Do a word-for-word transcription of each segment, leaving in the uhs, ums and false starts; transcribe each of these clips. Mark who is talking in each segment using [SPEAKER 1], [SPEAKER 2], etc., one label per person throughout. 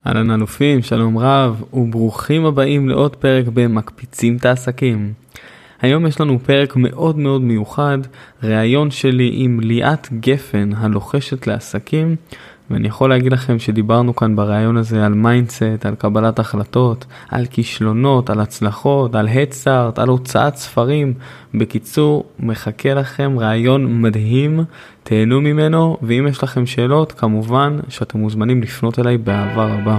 [SPEAKER 1] אהלן אלופים, שלום רב, וברוכים הבאים לעוד פרק במקפיצים את העסקים. היום יש לנו פרק מאוד מאוד מיוחד, ראיון שלי עם ליאת גפן, הלוחשת לעסקים, ואני יכול להגיד לכם שדיברנו כאן בראיון הזה על מיינדסט, על קבלת החלטות, על כישלונות, על הצלחות, על הדסטארט, על הוצאת ספרים. בקיצור, מחכה לכם ראיון מדהים, תהנו ממנו, ואם יש לכם שאלות, כמובן שאתם מוזמנים לפנות אליי באהבה רבה.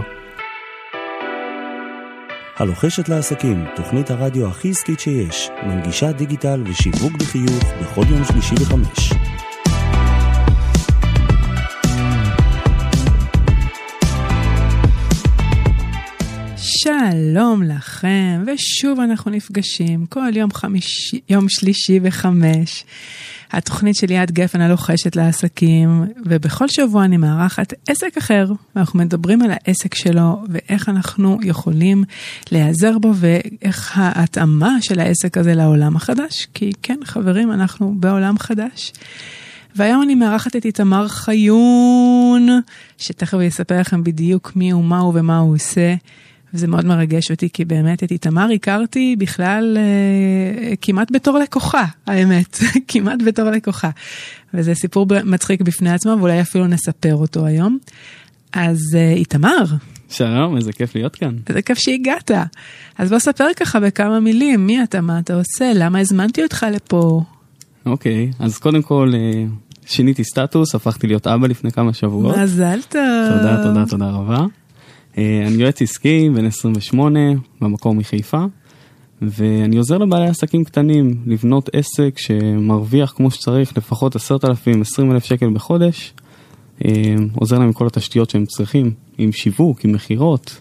[SPEAKER 2] הלוחשת לעסקים, תוכנית הרדיו הכי עסקית שיש, מנגישה דיגיטל ושיווק בחיוך בכל יום שלישי בחמש.
[SPEAKER 3] שלום לכם, ושוב אנחנו נפגשים כל יום חמישי, יום שלישי בחמש. התוכנית של ליאת גפן הלוחשת לעסקים, ובכל שבוע אני מארחת עסק אחר, ואנחנו מדברים על העסק שלו, ואיך אנחנו יכולים להיעזר בו, ואיך ההתאמה של העסק הזה לעולם החדש, כי כן חברים, אנחנו בעולם חדש. והיום אני מארחת את איתמר חיון, שתכף יספר לכם בדיוק מי הוא, מה הוא ומה הוא עושה, וזה מאוד מרגש אותי, כי באמת את איתמר הכרתי בכלל אה, כמעט בתור לקוחה, האמת, כמעט בתור לקוחה. וזה סיפור מצחיק בפני עצמו, ואולי אפילו נספר אותו היום. אז אה, איתמר.
[SPEAKER 1] שלום, איזה כיף להיות כאן.
[SPEAKER 3] איזה כיף שהגעת. אז בוא ספר ככה בכמה מילים, מי אתה, מה אתה עושה, למה הזמנתי אותך לפה?
[SPEAKER 1] אוקיי, אז קודם כל שיניתי סטטוס, הפכתי להיות אבא לפני כמה שבועות.
[SPEAKER 3] מזל טוב.
[SPEAKER 1] תודה, תודה, תודה רבה. אני יועץ עסקי, בן עשרים ושמונה, במקור מחיפה, ואני עוזר לבעלי עסקים קטנים לבנות עסק שמרוויח כמו שצריך לפחות עשרת אלפים, עשרים אלף שקל בחודש, עוזר להם עם כל התשתיות שהם צריכים, עם שיווק, עם מחירות.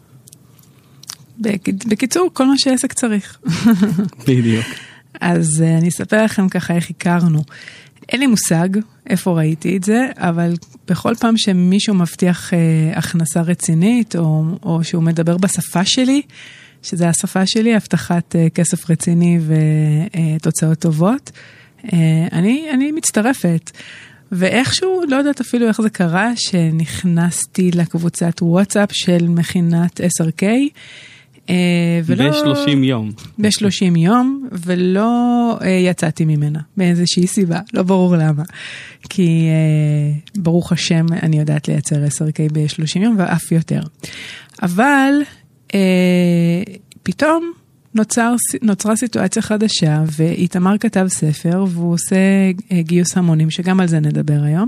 [SPEAKER 3] בקיצור, כל מה שעסק צריך.
[SPEAKER 1] בדיוק.
[SPEAKER 3] אז אני אספר לכם ככה איך הכרנו. אין לי מושג איפה ראיתי את זה, אבל בכל פעם שמישהו מבטיח אה, הכנסה רצינית, או, או שהוא מדבר בשפה שלי, שזה השפה שלי, הבטחת אה, כסף רציני ותוצאות אה, טובות, אה, אני, אני מצטרפת. ואיכשהו, לא יודעת אפילו איך זה קרה, שנכנסתי לקבוצת וואטסאפ של מכינת עשר קיי,
[SPEAKER 1] ולא, ב-שלושים יום.
[SPEAKER 3] ב-שלושים יום, ולא uh, יצאתי ממנה, באיזושהי סיבה, לא ברור למה. כי uh, ברוך השם, אני יודעת לייצר עשר קיי ב-שלושים יום, ואף יותר. אבל uh, פתאום נוצר, נוצרה סיטואציה חדשה, ואיתמר כתב ספר, והוא עושה uh, גיוס המונים, שגם על זה נדבר היום.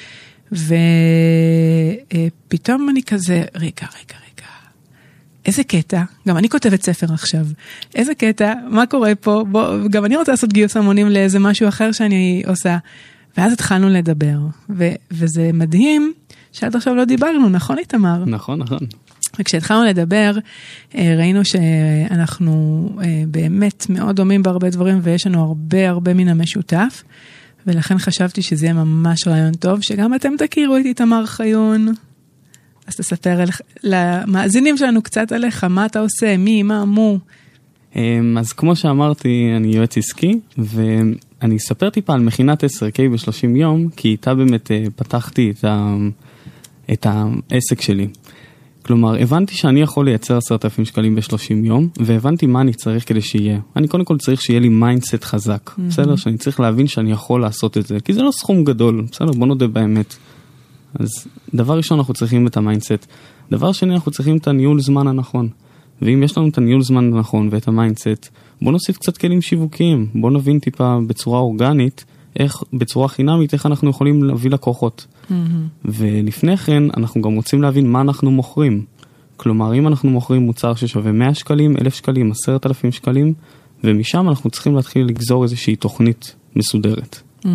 [SPEAKER 3] ופתאום uh, אני כזה, רגע, רגע, איזה קטע, גם אני כותבת ספר עכשיו, איזה קטע, מה קורה פה, בוא, גם אני רוצה לעשות גיוס המונים לאיזה משהו אחר שאני עושה, ואז התחלנו לדבר, ו, וזה מדהים, שעד עכשיו לא דיברנו, נכון איתמר?
[SPEAKER 1] נכון, נכון.
[SPEAKER 3] וכשהתחלנו לדבר, ראינו שאנחנו באמת מאוד דומים בהרבה דברים, ויש לנו הרבה הרבה מן המשותף, ולכן חשבתי שזה יהיה ממש רעיון טוב, שגם אתם תכירו את איתמר חיון, אז תספר למאזינים שלנו קצת עליך, מה אתה עושה, מי, מה, מו.
[SPEAKER 1] אז כמו שאמרתי, אני יועץ עסקי, ואני אספר טיפה על מכינת עשר קיי ב-שלושים יום, כי איתה באמת פתחתי את, ה... את העסק שלי. כלומר, הבנתי שאני יכול לייצר עשרת אלפים שקלים ב-שלושים יום, והבנתי מה אני צריך כדי שיהיה. אני קודם כל צריך שיהיה לי מיינדסט חזק, mm-hmm. בסדר? שאני צריך להבין שאני יכול לעשות את זה, כי זה לא סכום גדול, בסדר? בוא נודה באמת. אז דבר ראשון אנחנו צריכים את המיינדסט, דבר שני אנחנו צריכים את הניהול זמן הנכון, ואם יש לנו את הניהול זמן הנכון ואת המיינדסט, בוא נוסיף קצת כלים שיווקיים, בוא נבין טיפה בצורה אורגנית, איך, בצורה חינמית, איך אנחנו יכולים להביא לקוחות. Mm-hmm. ולפני כן אנחנו גם רוצים להבין מה אנחנו מוכרים, כלומר אם אנחנו מוכרים מוצר ששווה מאה שקלים, אלף שקלים, עשרת אלפים שקלים, ומשם אנחנו צריכים להתחיל לגזור איזושהי תוכנית מסודרת. Mm-hmm.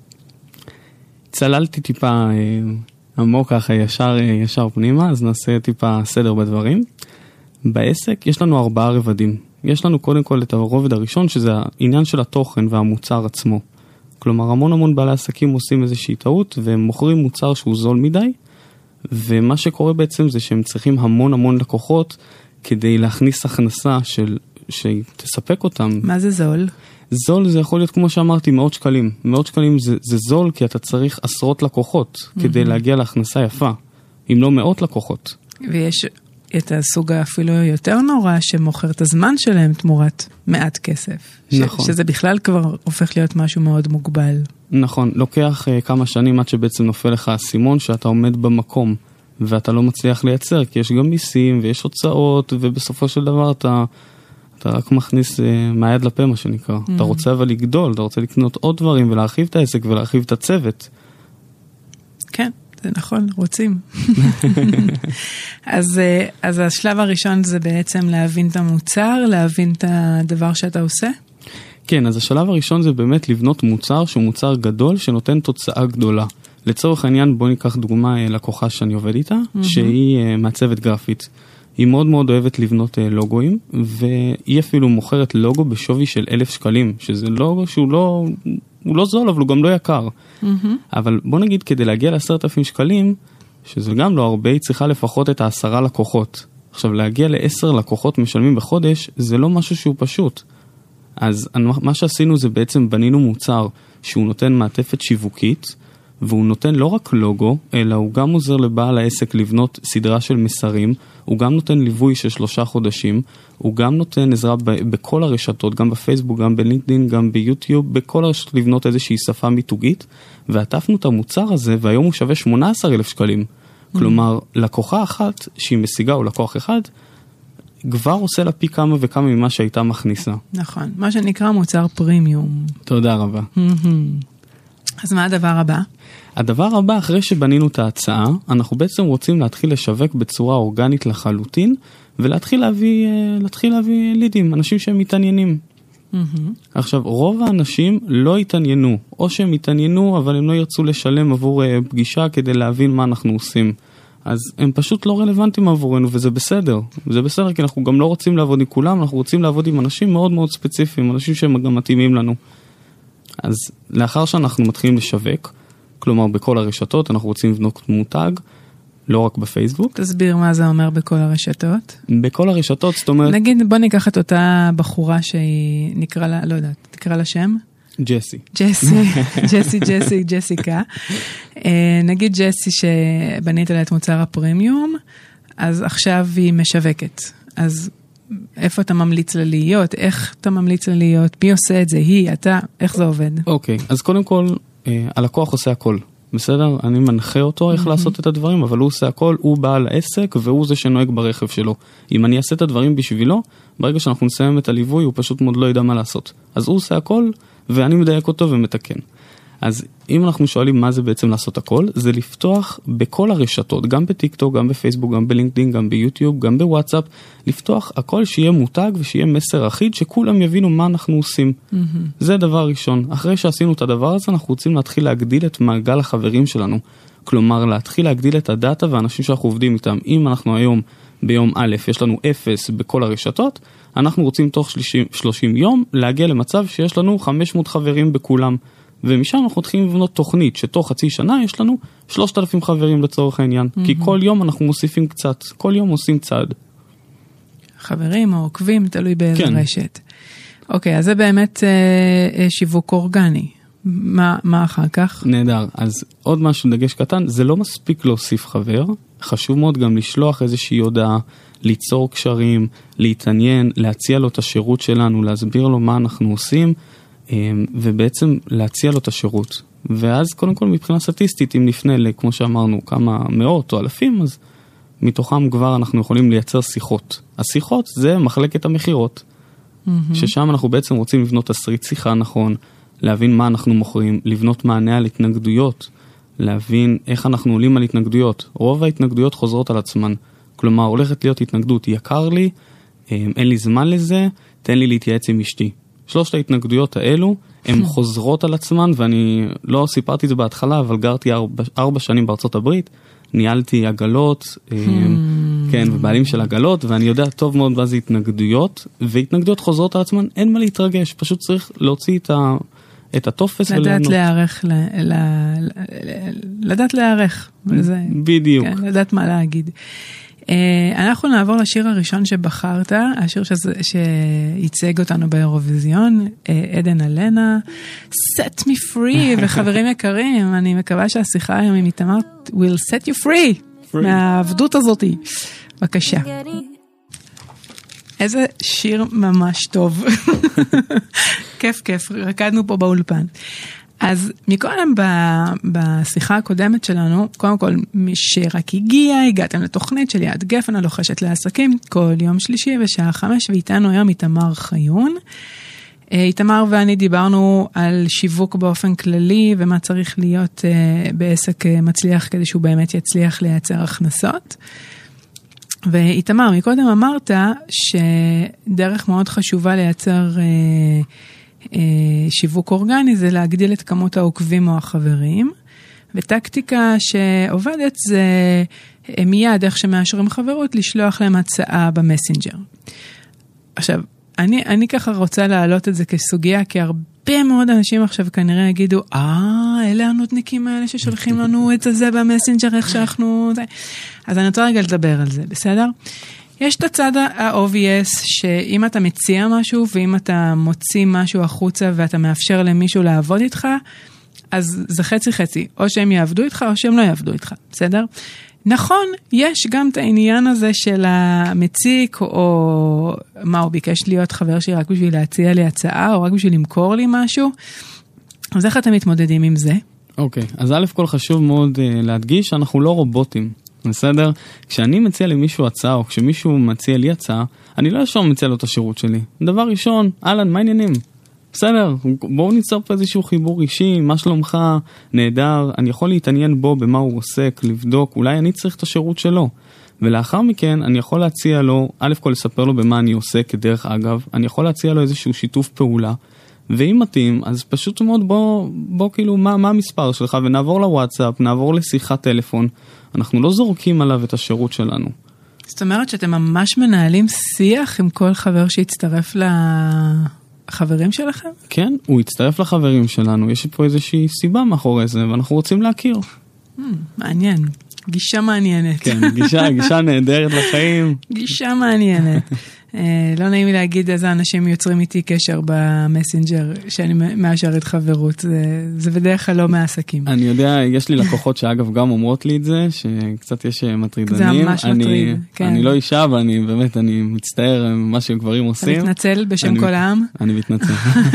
[SPEAKER 1] צללתי טיפה אה, עמוק ככה ישר, אה, ישר פנימה, אז נעשה טיפה סדר בדברים. בעסק יש לנו ארבעה רבדים. יש לנו קודם כל את הרובד הראשון, שזה העניין של התוכן והמוצר עצמו. כלומר, המון המון בעלי עסקים עושים איזושהי טעות, והם מוכרים מוצר שהוא זול מדי, ומה שקורה בעצם זה שהם צריכים המון המון לקוחות, כדי להכניס הכנסה של, שתספק אותם.
[SPEAKER 3] מה זה זול?
[SPEAKER 1] זול זה יכול להיות, כמו שאמרתי, מאות שקלים. מאות שקלים זה, זה זול כי אתה צריך עשרות לקוחות mm-hmm. כדי להגיע להכנסה יפה, אם לא מאות לקוחות.
[SPEAKER 3] ויש את הסוג אפילו יותר נורא, שמוכר את הזמן שלהם תמורת מעט כסף.
[SPEAKER 1] נכון.
[SPEAKER 3] ש- שזה בכלל כבר הופך להיות משהו מאוד מוגבל.
[SPEAKER 1] נכון, לוקח uh, כמה שנים עד שבעצם נופל לך הסימון שאתה עומד במקום, ואתה לא מצליח לייצר, כי יש גם מיסים ויש הוצאות, ובסופו של דבר אתה, אתה רק מכניס uh, מהיד לפה, מה שנקרא. Mm-hmm. אתה רוצה אבל לגדול, אתה רוצה לקנות עוד דברים, ולהרחיב את העסק ולהרחיב את הצוות.
[SPEAKER 3] כן. זה נכון, רוצים. אז, אז השלב הראשון זה בעצם להבין את המוצר, להבין את הדבר שאתה עושה?
[SPEAKER 1] כן, אז השלב הראשון זה באמת לבנות מוצר שהוא מוצר גדול, שנותן תוצאה גדולה. לצורך העניין, בוא ניקח דוגמה לקוחה שאני עובד איתה, mm-hmm. שהיא מעצבת גרפית. היא מאוד מאוד אוהבת לבנות לוגויים, והיא אפילו מוכרת לוגו בשווי של אלף שקלים, שזה לוגו שהוא לא... הוא לא זול, אבל הוא גם לא יקר. Mm-hmm. אבל בוא נגיד, כדי להגיע לעשרת אלפים שקלים, שזה גם לא הרבה, היא צריכה לפחות את העשרה לקוחות. עכשיו, להגיע לעשר לקוחות משלמים בחודש, זה לא משהו שהוא פשוט. אז מה שעשינו זה בעצם בנינו מוצר, שהוא נותן מעטפת שיווקית, והוא נותן לא רק לוגו, אלא הוא גם עוזר לבעל העסק לבנות סדרה של מסרים, הוא גם נותן ליווי של שלושה חודשים, הוא גם נותן עזרה ב- בכל הרשתות, גם בפייסבוק, גם בלינקדין, גם ביוטיוב, בכל הרשתות לבנות איזושהי שפה מיתוגית, ועטפנו את המוצר הזה, והיום הוא שווה שמונה עשר אלף שקלים. Mm-hmm. כלומר, לקוחה אחת שהיא משיגה, או לקוח אחד, כבר עושה לה פי כמה וכמה ממה שהייתה מכניסה.
[SPEAKER 3] נכון, מה שנקרא מוצר פרימיום.
[SPEAKER 1] תודה רבה.
[SPEAKER 3] Mm-hmm. אז מה הדבר הבא?
[SPEAKER 1] הדבר הבא, אחרי שבנינו את ההצעה, אנחנו בעצם רוצים להתחיל לשווק בצורה אורגנית לחלוטין, ולהתחיל להביא, להתחיל להביא לידים, אנשים שהם מתעניינים. Mm-hmm. עכשיו, רוב האנשים לא התעניינו, או שהם התעניינו, אבל הם לא ירצו לשלם עבור פגישה כדי להבין מה אנחנו עושים. אז הם פשוט לא רלוונטיים עבורנו, וזה בסדר. זה בסדר, כי אנחנו גם לא רוצים לעבוד עם כולם, אנחנו רוצים לעבוד עם אנשים מאוד מאוד ספציפיים, אנשים שהם גם מתאימים לנו. אז לאחר שאנחנו מתחילים לשווק, כלומר בכל הרשתות, אנחנו רוצים לבנות מותג, לא רק בפייסבוק. תסביר
[SPEAKER 3] מה זה אומר בכל הרשתות.
[SPEAKER 1] בכל הרשתות, זאת אומרת...
[SPEAKER 3] נגיד, בוא ניקח את אותה בחורה שהיא נקרא לה, לא יודעת, תקרא לה שם?
[SPEAKER 1] ג'סי.
[SPEAKER 3] ג'סי, ג'סי, ג'סי, ג'סיקה. נגיד ג'סי שבנית לה את מוצר הפרימיום, אז עכשיו היא משווקת. אז איפה אתה ממליץ לה להיות? איך אתה ממליץ לה להיות? מי עושה את זה? היא, אתה, איך זה עובד?
[SPEAKER 1] אוקיי, אז קודם כל, הלקוח עושה הכל. בסדר? אני מנחה אותו איך לעשות את הדברים, אבל הוא עושה הכל, הוא בעל העסק, והוא זה שנוהג ברכב שלו. אם אני אעשה את הדברים בשבילו, ברגע שאנחנו נסיים את הליווי, הוא פשוט מאוד לא ידע מה לעשות. אז הוא עושה הכל, ואני מדייק אותו ומתקן. אז אם אנחנו שואלים מה זה בעצם לעשות הכל, זה לפתוח בכל הרשתות, גם בטיקטוק, גם בפייסבוק, גם בלינקדין, גם ביוטיוב, גם בוואטסאפ, לפתוח הכל שיהיה מותג ושיהיה מסר אחיד, שכולם יבינו מה אנחנו עושים. Mm-hmm. זה דבר ראשון. אחרי שעשינו את הדבר הזה, אנחנו רוצים להתחיל להגדיל את מעגל החברים שלנו. כלומר, להתחיל להגדיל את הדאטה ואנשים שאנחנו עובדים איתם. אם אנחנו היום ביום א', יש לנו אפס בכל הרשתות, אנחנו רוצים תוך שלושים יום להגיע למצב שיש לנו חמש מאות חברים בכולם. ומשם אנחנו מתחילים לבנות תוכנית שתוך חצי שנה יש לנו שלושת אלפים חברים לצורך העניין. Mm-hmm. כי כל יום אנחנו מוסיפים קצת, כל יום עושים צעד.
[SPEAKER 3] חברים או עוקבים, תלוי באיזה כן. רשת. אוקיי, אז זה באמת אה, שיווק אורגני. מה, מה אחר כך?
[SPEAKER 1] נהדר. אז עוד משהו דגש קטן, זה לא מספיק להוסיף חבר. חשוב מאוד גם לשלוח איזושהי הודעה, ליצור קשרים, להתעניין, להציע לו את השירות שלנו, להסביר לו מה אנחנו עושים, ובעצם להציע לו את השירות. ואז קודם כל מבחינה סטטיסטית, אם נפנה לכמו שאמרנו כמה מאות או אלפים, אז מתוכם כבר אנחנו יכולים לייצר שיחות. השיחות זה מחלקת המחירות, mm-hmm. ששם אנחנו בעצם רוצים לבנות תסריט שיחה נכון, להבין מה אנחנו מוכרים, לבנות מענה על התנגדויות, להבין איך אנחנו עולים על התנגדויות. רוב ההתנגדויות חוזרות על עצמן. כלומר, הולכת להיות התנגדות, יקר לי, אין לי זמן לזה, תן לי להתייעץ עם אשתי. שלושת ההתנגדויות האלו, הן חוזרות על עצמן, ואני לא סיפרתי את זה בהתחלה, אבל גרתי ארבע, ארבע שנים בארצות הברית, ניהלתי עגלות, כן, ובעלים של עגלות, ואני יודע טוב מאוד מה זה התנגדויות, והתנגדויות חוזרות על עצמן, אין מה להתרגש, פשוט צריך להוציא את ה... את התופס
[SPEAKER 3] לדעת להערך, לדעת להערך,
[SPEAKER 1] בדיוק.
[SPEAKER 3] לדעת מה להגיד. אנחנו נעבור לשיר הראשון שבחרת, השיר שייצג אותנו באירוויזיון, עדן אלנה, Set me free, וחברים יקרים, אני מקווה שהשיחה היום עם איתמר will set you free. מהעבדות הזאת. בבקשה. איזה שיר ממש טוב. כיף כיף, רקדנו פה באולפן. אז מקודם בשיחה הקודמת שלנו, קודם כל מי שרק הגיע, הגעתם לתוכנית של יד גפן הלוחשת לעסקים, כל יום שלישי בשעה חמש, ואיתנו היום איתמר חיון. איתמר ואני דיברנו על שיווק באופן כללי, ומה צריך להיות בעסק מצליח כדי שהוא באמת יצליח לייצר הכנסות. ואיתמר, מקודם אמרת שדרך מאוד חשובה לייצר שיווק אורגני זה להגדיל את כמות העוקבים או החברים, וטקטיקה שעובדת זה מיד איך שמאשרים חברות לשלוח להם הצעה במסנג'ר. עכשיו, אני, אני ככה רוצה להעלות את זה כסוגיה, כי הרבה מאוד אנשים עכשיו כנראה יגידו, אה, אלה הנודניקים האלה ששולחים לנו את זה במסנג'ר, איך שאנחנו... אז אני רוצה רגע לדבר על זה, בסדר? יש את הצד ה-obvious, שאם אתה מציע משהו, ואם אתה מוציא משהו החוצה, ואתה מאפשר למישהו לעבוד איתך, אז זה חצי חצי, או שהם יעבדו איתך, או שהם לא יעבדו איתך, בסדר? נכון, יש גם את העניין הזה של המציק, או מה, הוא ביקש להיות חבר שלי רק בשביל להציע לי הצעה, או רק בשביל למכור לי משהו, אז איך אתם מתמודדים עם זה?
[SPEAKER 1] אוקיי, אז א' כל חשוב מאוד uh, להדגיש שאנחנו לא רובוטים. בסדר? כשאני מציע למישהו הצעה, או כשמישהו מציע לי הצעה, אני לא ישר מציע לו את השירות שלי. דבר ראשון, אהלן, מה העניינים? בסדר, בואו ניצור פה איזשהו חיבור אישי, מה שלומך, נהדר, אני יכול להתעניין בו במה הוא עוסק, לבדוק, אולי אני צריך את השירות שלו. ולאחר מכן, אני יכול להציע לו, א' כל לספר לו במה אני עוסק, כדרך אגב, אני יכול להציע לו איזשהו שיתוף פעולה, ואם מתאים, אז פשוט מאוד בוא, בוא כאילו, מה, מה המספר שלך, ונעבור לוואטסאפ, נעבור לשיחת טלפון, אנחנו לא זורקים עליו את השירות שלנו.
[SPEAKER 3] זאת אומרת שאתם ממש מנהלים שיח עם כל חבר שיצטרף לחברים שלכם?
[SPEAKER 1] כן, הוא יצטרף לחברים שלנו, יש פה איזושהי סיבה מאחורי זה, ואנחנו רוצים להכיר.
[SPEAKER 3] Hmm, מעניין, גישה מעניינת.
[SPEAKER 1] כן, גישה, גישה נהדרת לחיים.
[SPEAKER 3] גישה מעניינת. לא נעים לי להגיד איזה אנשים יוצרים איתי קשר במסנג'ר שאני מאשרת חברות, זה בדרך כלל לא מעסקים.
[SPEAKER 1] אני יודע, יש לי לקוחות שאגב גם אומרות לי את זה, שקצת יש מטרידנים.
[SPEAKER 3] זה ממש מטריד, כן.
[SPEAKER 1] אני לא אישה, אבל אני באמת, אני מצטער מה שגברים עושים.
[SPEAKER 3] אתה מתנצל בשם כל העם?
[SPEAKER 1] אני מתנצל.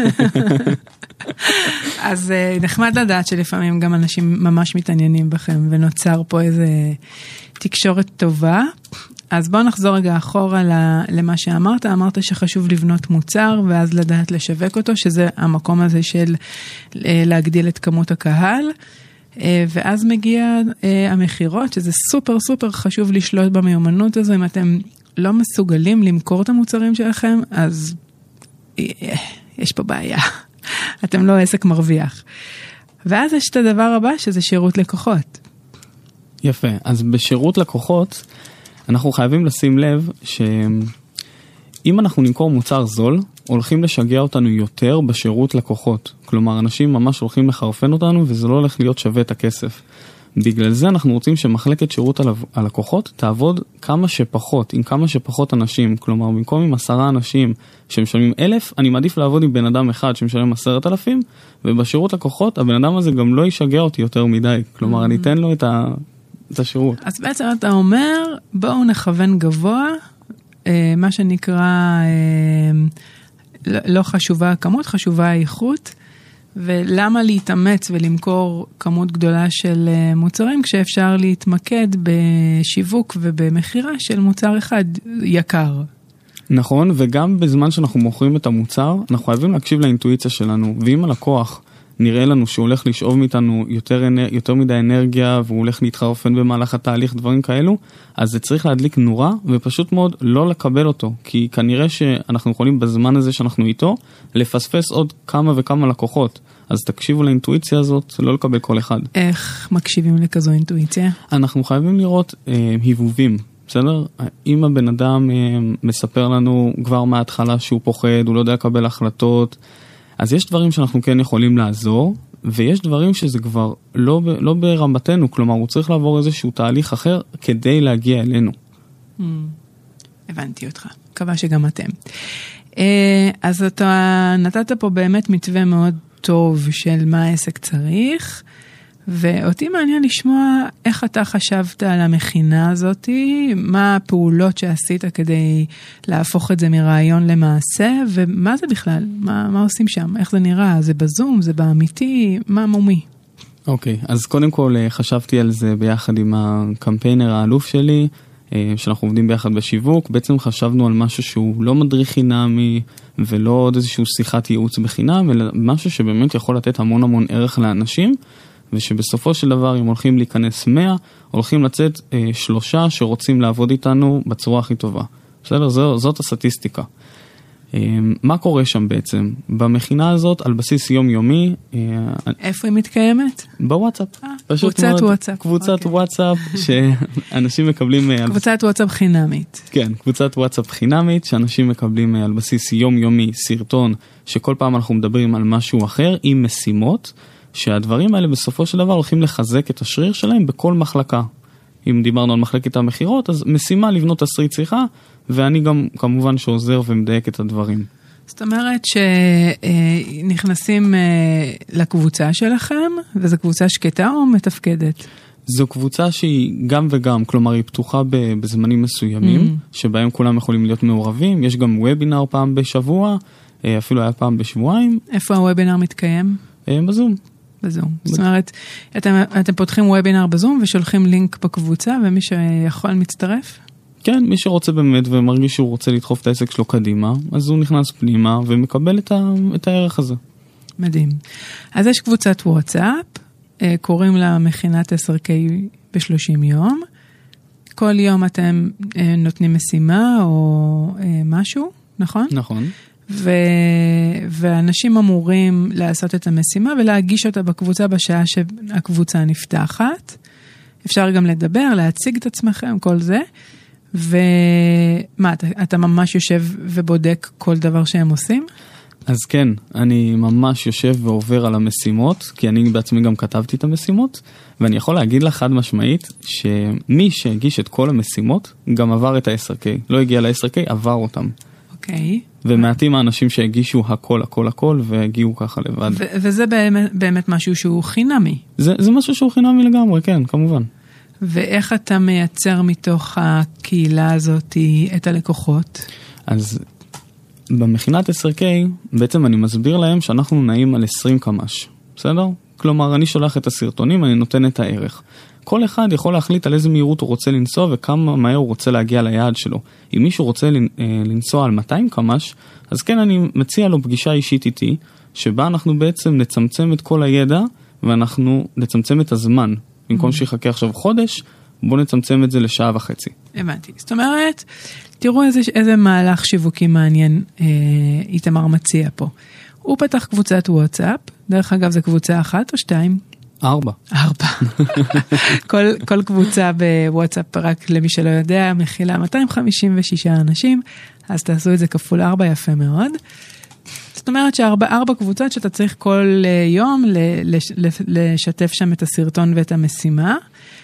[SPEAKER 3] אז נחמד לדעת שלפעמים גם אנשים ממש מתעניינים בכם, ונוצר פה איזה תקשורת טובה. אז בוא נחזור רגע אחורה למה שאמרת, אמרת שחשוב לבנות מוצר ואז לדעת לשווק אותו, שזה המקום הזה של להגדיל את כמות הקהל, ואז מגיע המחירות, שזה סופר סופר חשוב לשלוט במיומנות הזו, אם אתם לא מסוגלים למכור את המוצרים שלכם, אז יש פה בעיה, אתם לא עסק מרוויח. ואז יש את הדבר הבא, שזה שירות לקוחות.
[SPEAKER 1] יפה, אז בשירות לקוחות, אנחנו חייבים לשים לב שאם אנחנו נמכור מוצר זול, הולכים לשגע אותנו יותר בשירות לקוחות. כלומר, אנשים ממש הולכים לחרפן אותנו, וזה לא הולך להיות שווה את הכסף. בגלל זה אנחנו רוצים שמחלקת שירות הלקוחות תעבוד כמה שפחות, עם כמה שפחות אנשים. כלומר, במקום עם עשרה אנשים שמשלמים אלף, אני מעדיף לעבוד עם בן אדם אחד שמשלם עשרת אלפים, ובשירות לקוחות, הבן אדם הזה גם לא ישגע אותי יותר מדי. כלומר, אני אתן לו את ה... את השירות.
[SPEAKER 3] אז בעצם אתה אומר, בואו נכוון גבוה, מה שנקרא, לא חשובה הכמות, חשובה האיכות, ולמה להתאמץ ולמכור כמות גדולה של מוצרים, כשאפשר להתמקד בשיווק ובמחירה של מוצר אחד יקר.
[SPEAKER 1] נכון, וגם בזמן שאנחנו מוכרים את המוצר, אנחנו חייבים להקשיב לאינטואיציה שלנו, ואם הלקוח נראה לנו שהוא הולך לשאוב מאיתנו יותר, יותר מדי אנרגיה, והוא הולך להתחרפן במהלך התהליך, דברים כאלו, אז זה צריך להדליק נורה, ופשוט מאוד לא לקבל אותו, כי כנראה שאנחנו יכולים בזמן הזה שאנחנו איתו, לפספס עוד כמה וכמה לקוחות. אז תקשיבו לאינטואיציה הזאת, לא לקבל כל אחד.
[SPEAKER 3] איך מקשיבים לכזו אינטואיציה?
[SPEAKER 1] אנחנו חייבים לראות אה, היבובים. בסדר? אם הבן אדם אה, מספר לנו כבר מההתחלה שהוא פוחד, הוא לא יודע לקבל החלטות, אז יש דברים שאנחנו כן יכולים לעזור, ויש דברים שזה כבר לא, לא ברמתנו, כלומר הוא צריך לעבור איזשהו תהליך אחר כדי להגיע אלינו.
[SPEAKER 3] Mm, הבנתי אותך, מקווה שגם אתם. אז אתה נתת פה באמת מתווה מאוד טוב של מה העסק צריך, ואותי מעניין לשמוע איך אתה חשבת על המכינה הזאת, מה הפעולות שעשית כדי להפוך את זה מרעיון למעשה, ומה זה בכלל? מה, מה עושים שם? איך זה נראה? זה בזום? זה באמיתי? מה מומי?
[SPEAKER 1] אוקיי, okay, אז קודם כל חשבתי על זה ביחד עם הקמפיינר האלוף שלי, שאנחנו עובדים ביחד בשיווק. בעצם חשבנו על משהו שהוא לא מדריך חינמי, ולא עוד איזשהו שיחת ייעוץ בחינם, אלא משהו שבאמת יכול לתת המון המון ערך לאנשים, ושבסופו של דבר, אם הולכים להיכנס מאה, הולכים לצאת אה, שלושה שרוצים לעבוד איתנו בצורה הכי טובה. בסדר? זו, זאת הסטטיסטיקה. אה, מה קורה שם בעצם? במכינה הזאת, על בסיס יומיומי... אה,
[SPEAKER 3] איפה היא מתקיימת?
[SPEAKER 1] בוואטסאפ.
[SPEAKER 3] אה, קבוצת מאוד, וואטסאפ.
[SPEAKER 1] קבוצת okay. וואטסאפ, שאנשים מקבלים...
[SPEAKER 3] קבוצת וואטסאפ חינמית.
[SPEAKER 1] כן, קבוצת וואטסאפ חינמית, שאנשים מקבלים על בסיס יומיומי סרטון, שכל פעם אנחנו מדברים על משהו אחר, עם משימות, שהדברים האלה בסופו של דבר הולכים לחזק את השריר שלהם בכל מחלקה. אם דיברנו על מחלקת המחירות, אז משימה לבנות תסריט שיחה, ואני גם כמובן שעוזר ומדייק את הדברים.
[SPEAKER 3] זאת אומרת שנכנסים לקבוצה שלכם, וזו קבוצה שקטה או מתפקדת?
[SPEAKER 1] זו קבוצה שהיא גם וגם, כלומר היא פתוחה בזמנים מסוימים, mm. שבהם כולם יכולים להיות מעורבים. יש גם וובינר פעם בשבוע, אפילו היה פעם בשבועיים.
[SPEAKER 3] איפה הוובינר מתקיים?
[SPEAKER 1] בזום.
[SPEAKER 3] בזום. זאת אומרת, אתם, אתם פותחים וובינר בזום ושולחים לינק בקבוצה, ומי שיכול מצטרף?
[SPEAKER 1] כן, מי שרוצה באמת ומרגיש שהוא רוצה לדחוף את העסק שלו קדימה, אז הוא נכנס פנימה ומקבל את, ה, את הערך הזה.
[SPEAKER 3] מדהים. אז יש קבוצת וואטסאפ, קוראים לה מכינת עשר קיי ב-שלושים יום. כל יום אתם נותנים משימה או משהו, נכון?
[SPEAKER 1] נכון.
[SPEAKER 3] ו... ואנשים אמורים לעשות את המשימה ולהגיש אותה בקבוצה בשעה שהקבוצה נפתחת. אפשר גם לדבר, להציג את עצמכם, כל זה. ומה, אתה, אתה ממש יושב ובודק כל דבר שהם עושים?
[SPEAKER 1] אז כן, אני ממש יושב ועובר על המשימות, כי אני בעצמי גם כתבתי את המשימות, ואני יכול להגיד לך חד משמעית, שמי שהגיש את כל המשימות, גם עבר את ה-עשר קיי. לא הגיע ל-עשר קיי, עבר אותם.
[SPEAKER 3] אוקיי.
[SPEAKER 1] ומעטים האנשים שהגישו הכל, הכל, הכל, והגיעו ככה לבד.
[SPEAKER 3] ו- וזה באמת, באמת משהו שהוא חינמי.
[SPEAKER 1] זה, זה משהו שהוא חינמי לגמרי, כן, כמובן.
[SPEAKER 3] ואיך אתה מייצר מתוך הקהילה הזאת את הלקוחות?
[SPEAKER 1] אז במכינת עשר קיי, בעצם אני מסביר להם שאנחנו נעים על עשרים קמ"ש, בסדר? כלומר, אני שולח את הסרטונים, אני נותן את הערך. כל אחד יכול להחליט על איזה מהירות הוא רוצה לנסוע וכמה מהר הוא רוצה להגיע ליעד שלו. אם מישהו רוצה לנסוע על מאתיים קמ"ש, אז כן אני מציע לו פגישה אישית איתי, שבה אנחנו בעצם נצמצם את כל הידע, ואנחנו נצמצם את הזמן. במקום שיחכה עכשיו חודש, בואו נצמצם את זה לשעה וחצי.
[SPEAKER 3] הבנתי. זאת אומרת, תראו איזה, איזה מהלך שיווקי מעניין אה, איתמר מציע פה. הוא פתח קבוצת וואטסאפ, דרך אגב זה קבוצה אחת או שתיים?
[SPEAKER 1] ארבע.
[SPEAKER 3] ארבע. כל, כל קבוצה בוואטסאפ, רק למי שלא יודע, מכילה מאתיים חמישים ושישה אנשים, אז תעשו את זה כפול ארבע, יפה מאוד. זאת אומרת שארבע ארבע קבוצות שאתה צריך כל יום לשתף שם את הסרטון ואת המשימה,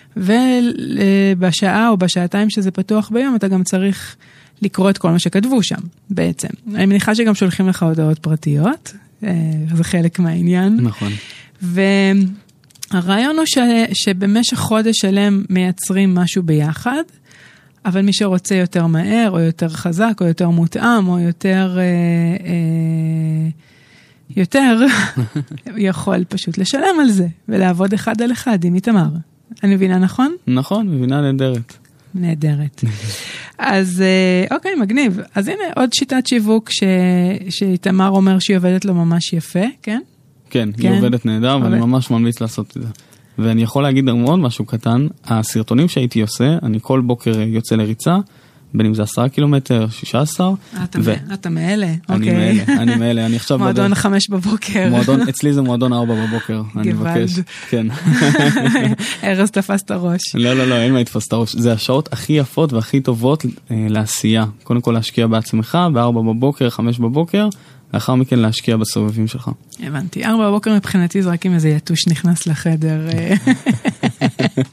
[SPEAKER 3] ובשעה או בשעתיים שזה פתוח ביום, אתה גם צריך לקרוא את כל מה שכתבו שם, בעצם. אני מניחה שגם שולחים לך הודעות פרטיות, זה חלק מהעניין.
[SPEAKER 1] נכון.
[SPEAKER 3] והרעיון הוא ש, שבמשך חודש שלם מייצרים משהו ביחד, אבל מי שרוצה יותר מהר, או יותר חזק, או יותר מותאם, או יותר, אה, אה, יותר, יכול פשוט לשלם על זה, ולעבוד אחד על אחד עם איתמר. אני מבינה נכון?
[SPEAKER 1] נכון, מבינה נהדרת.
[SPEAKER 3] נהדרת. אז אוקיי, מגניב. אז הנה עוד שיטת שיווק ש... שאיתמר אומר שהיא עובדת לו ממש יפה, כן?
[SPEAKER 1] כן, היא עובדת נהדר, ואני ממש ממליץ לעשות את זה. ואני יכול להגיד עוד משהו קטן, הסרטונים שהייתי עושה, אני כל בוקר יוצא לריצה, בין אם זה עשרה קילומטר, שישה עשר.
[SPEAKER 3] אתה מאלה,
[SPEAKER 1] אני מאלה, אני מאלה, אני עכשיו...
[SPEAKER 3] מועדון חמש בבוקר.
[SPEAKER 1] אצלי זה מועדון ארבע בבוקר, אני מבקש. כן.
[SPEAKER 3] ארז תפס את הראש.
[SPEAKER 1] לא, לא, לא, אין מה לתפוס את הראש. זה השעות הכי יפות והכי טובות לעשייה. קודם כל להשקיע בעצמך, בארבע בבוקר, חמש בבוקר, לאחר מכן להשקיע בסובבים שלך.
[SPEAKER 3] הבנתי. ארבע בבוקר מבחינתי זה רק אם איזה יתוש נכנס לחדר.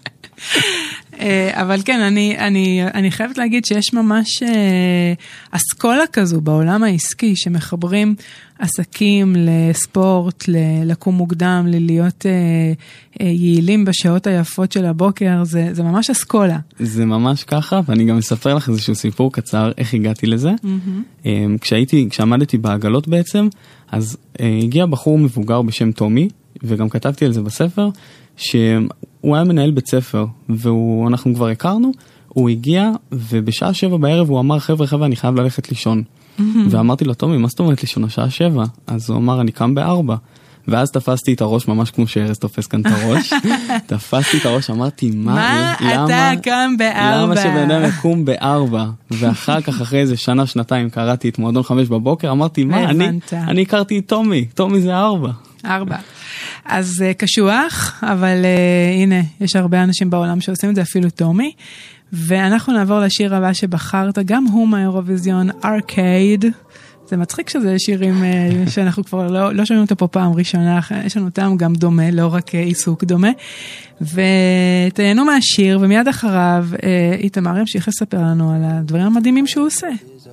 [SPEAKER 3] אבל כן, אני, אני, אני חייבת להגיד שיש ממש אסכולה כזו בעולם העסקי, שמחברים עסקים לספורט, לקום מוקדם, להיות יעילים בשעות היפות של הבוקר, זה, זה ממש אסכולה.
[SPEAKER 1] זה ממש ככה, ואני גם אספר לך איזשהו סיפור קצר, איך הגעתי לזה. Mm-hmm. כשהייתי, כשעמדתי בעגלות בעצם, אז הגיע בחור מבוגר בשם תומי, וגם כתבתי על זה בספר, שהוא היה מנהל בית ספר, ואנחנו כבר הכרנו, הוא הגיע, ובשעה שבע בערב הוא אמר, חבר'ה, חבר'ה, אני חייב ללכת לישון. Mm-hmm. ואמרתי לו, תומי, מה זאת אומרת לישון השעה שבע? אז הוא אמר, אני קם בארבע. ואז תפסתי את הראש, ממש כמו שארז תופס כאן את הראש. תפסתי את הראש, אמרתי, מה?
[SPEAKER 3] מה
[SPEAKER 1] למה,
[SPEAKER 3] אתה קם בארבע?
[SPEAKER 1] למה שבן אדם יקום בארבע? ואחר כך, אחרי איזה שנה, שנתיים, קראתי את מועדון חמש בבוקר, אמרתי, מה? אני, אני הכרתי את תומי. תומי זה ארבע.
[SPEAKER 3] ארבע. אז uh, קשוח, אבל uh, הנה, יש הרבה אנשים בעולם שעושים את זה, אפילו תומי. ואנחנו נעבור לשיר הבא שבחרת, גם הוא מהאירוויזיון, ארקייד. זה מצחיק שזה שירים uh, שאנחנו כבר לא, לא שומעים אותו פה פעם ראשונה, יש לנו טעם גם דומה, לא רק uh, עיסוק דומה. ותהיינו מהשיר, ומיד אחריו, uh, איתמר ימשיך לספר לנו על הדברים המדהימים שהוא עושה.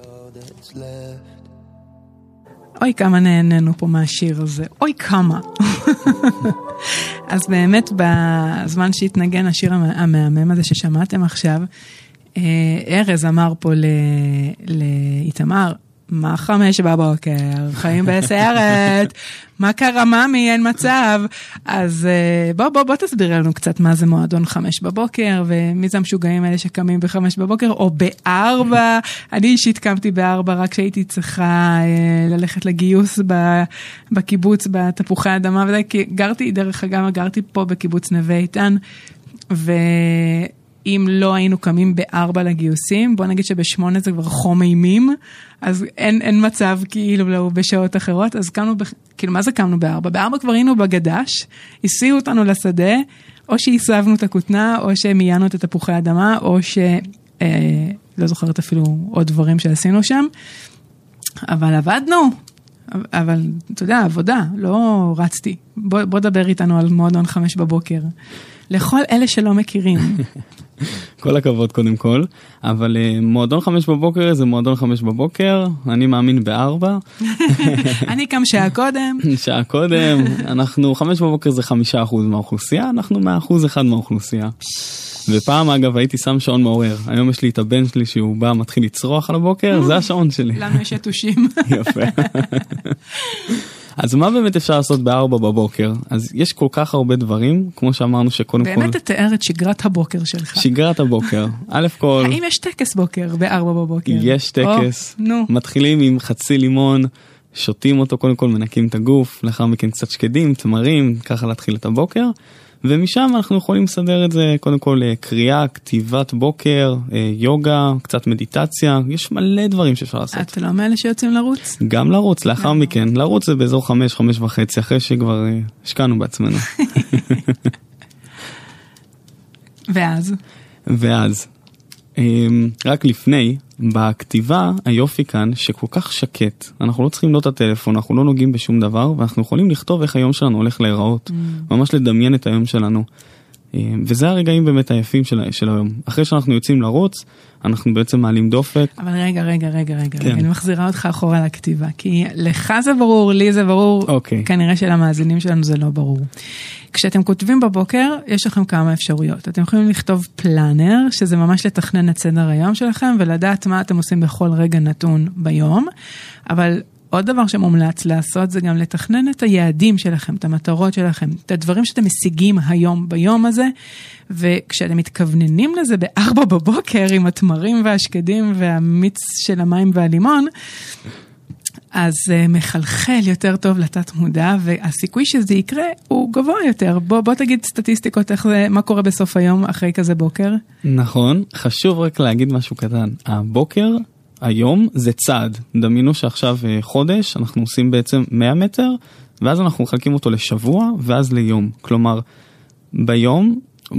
[SPEAKER 3] אוי כמה נהנינו פה מהשיר הזה, אוי כמה. אז באמת בזמן שהתנגן השיר המהמם הזה ששמעתם עכשיו, ארז אמר פה לאיתמר, מה חמש בבוקר, חיים בסרט, מה קרה ממי, אין מצב. אז בוא בוא בוא תסביר לנו קצת מה זה מועדון חמש בבוקר, ומי זה המשוגעים האלה שקמים בחמש בבוקר, או בארבע. אני אישית קמתי בארבע, רק שהייתי צריכה ללכת לגיוס בקיבוץ, בתפוחי אדמה, כי גרתי, דרך אגב, גרתי פה בקיבוץ נווה איתן, ו... אם לא היינו קמים בארבע לגיוסים, בוא נגיד שבשמונה זה כבר חום אימים, אז אין, אין מצב כאילו לא בשעות אחרות, אז קמנו, כאילו מה זה קמנו בארבע? בארבע כבר היינו בגדש, הסיעו אותנו לשדה, או שהסבנו את הכותנה, או שמיינו את תפוחי האדמה, או ש... אה, לא זוכרת אפילו עוד דברים שעשינו שם, אבל עבדנו, אבל אתה יודע, עבודה, לא רצתי. בוא, בוא דבר איתנו על מועדון חמש בבוקר. לכל אלה שלא מכירים.
[SPEAKER 1] כל הכבוד קודם כל, אבל uh, מועדון חמש בבוקר זה מועדון חמש בבוקר, אני מאמין בארבע.
[SPEAKER 3] אני קם שעה קודם.
[SPEAKER 1] שעה קודם, אנחנו חמש בבוקר זה חמישה אחוז מהאוכלוסייה, אנחנו מאה אחוז אחד מהאוכלוסייה. ופעם אגב הייתי שם שעון מעורר, היום יש לי את הבן שלי שהוא בא מתחיל לצרוח על הבוקר, זה השעון שלי.
[SPEAKER 3] למה יש יתושים?
[SPEAKER 1] יפה. אז מה באמת אפשר לעשות בארבע בבוקר? אז יש כל כך הרבה דברים, כמו שאמרנו שקודם כל...
[SPEAKER 3] באמת תתאר את שגרת הבוקר שלך.
[SPEAKER 1] שגרת הבוקר. א' כל...
[SPEAKER 3] האם יש טקס בוקר בארבע בבוקר?
[SPEAKER 1] יש טקס.
[SPEAKER 3] או, נו.
[SPEAKER 1] מתחילים עם חצי לימון, שותים אותו, קודם כל מנקים את הגוף, לאחר מכן קצת שקדים, תמרים, ככה להתחיל את הבוקר. ומשם אנחנו יכולים לסדר את זה, קודם כל קריאה, כתיבת בוקר, יוגה, קצת מדיטציה, יש מלא דברים שאפשר לעשות.
[SPEAKER 3] אתה לא מאלה שיוצאים לרוץ?
[SPEAKER 1] גם לרוץ, לאחר מכן. לרוץ זה באזור חמש, חמש וחצי, אחרי שכבר השקענו בעצמנו.
[SPEAKER 3] ואז?
[SPEAKER 1] ואז. רק לפני, בכתיבה, היופי כאן, שכל כך שקט, אנחנו לא צריכים לא את הטלפון, אנחנו לא נוגעים בשום דבר, ואנחנו יכולים לכתוב איך היום שלנו הולך להיראות, mm. ממש לדמיין את היום שלנו. וזה הרגעים באמת היפים של, של היום. אחרי שאנחנו יוצאים לרוץ, אנחנו בעצם מעלים דופק.
[SPEAKER 3] אבל רגע, רגע, רגע, רגע, כן. רגע, אני מחזירה אותך אחורה לכתיבה, כי לך זה ברור, לי זה ברור,
[SPEAKER 1] אוקיי.
[SPEAKER 3] כנראה שלמאזינים שלנו זה לא ברור. כשאתם כותבים בבוקר, יש לכם כמה אפשרויות. אתם יכולים לכתוב פלנר, שזה ממש לתכנן את סדר היום שלכם, ולדעת מה אתם עושים בכל רגע נתון ביום, אבל עוד דבר שמומלץ לעשות, זה גם לתכנן את היעדים שלכם, את המטרות שלכם, את הדברים שאתם משיגים היום ביום הזה, וכשאתם מתכווננים לזה בארבע בבוקר, עם התמרים והשקדים והמיץ של המים והלימון, אז uh, מחלחל יותר טוב לתת מודע, והסיכוי שזה יקרה הוא גבוה יותר. בוא, בוא תגיד סטטיסטיקות, איך זה, מה קורה בסוף היום אחרי כזה בוקר?
[SPEAKER 1] נכון, חשוב רק להגיד משהו קטן. הבוקר, היום, זה צעד. דמיינו שעכשיו uh, חודש, אנחנו עושים בעצם מאה מטר, ואז אנחנו מחלקים אותו לשבוע, ואז ליום. כלומר, ביום...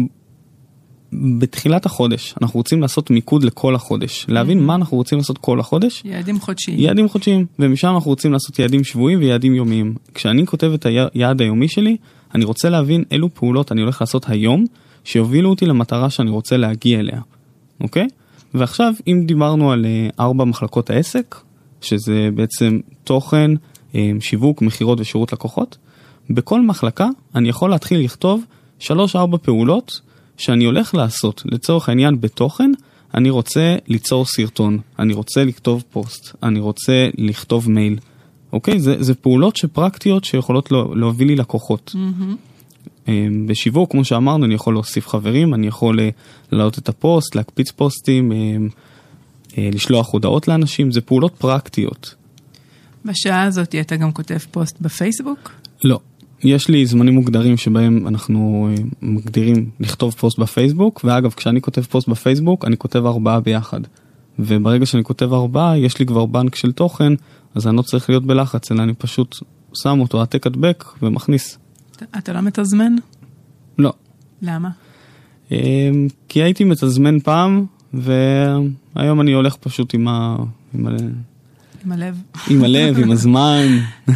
[SPEAKER 1] בתחילת החודש, אנחנו רוצים לעשות מיקוד לכל החודש, להבין מה אנחנו רוצים לעשות כל החודש.
[SPEAKER 3] יעדים חודשיים.
[SPEAKER 1] יעדים חודשיים, ומשם אנחנו רוצים לעשות יעדים שבועיים ויעדים יומיים. כשאני כותב את היעד היומי שלי, אני רוצה להבין אילו פעולות אני הולך לעשות היום, שיובילו אותי למטרה שאני רוצה להגיע אליה, אוקיי? ועכשיו, אם דיברנו על ארבע מחלקות העסק, שזה בעצם תוכן, שיווק, מחירות ושירות לקוחות, בכל מחלקה אני יכול להתחיל לכתוב שלוש ארבע פעולות שאני הולך לעשות. לצורך העניין בתוכן, אני רוצה ליצור סרטון, אני רוצה לכתוב פוסט, אני רוצה לכתוב מייל. אוקיי? זה, זה פעולות שפרקטיות שיכולות להוביל לי לקוחות. Mm-hmm. בשיווק, כמו שאמרנו, אני יכול להוסיף חברים, אני יכול להעלות את הפוסט, להקפיץ פוסטים, לשלוח הודעות לאנשים, זה פעולות פרקטיות.
[SPEAKER 3] בשעה הזאת אתה גם כותב פוסט בפייסבוק?
[SPEAKER 1] לא. יש לי זמנים מוגדרים שבהם אנחנו מגדירים לכתוב פוסט בפייסבוק, ואגב, כשאני כותב פוסט בפייסבוק, אני כותב ארבעה ביחד. וברגע שאני כותב ארבעה, יש לי כבר בנק של תוכן, אז אני לא צריך להיות בלחץ, אלא אני פשוט שם אותו, העתק הדבק ומכניס.
[SPEAKER 3] אתה לא מתזמן?
[SPEAKER 1] לא.
[SPEAKER 3] למה?
[SPEAKER 1] כי הייתי מתזמן פעם, והיום אני הולך פשוט עם ה... עם הלב.
[SPEAKER 3] עם הלב.
[SPEAKER 1] עם הלב, עם הזמן.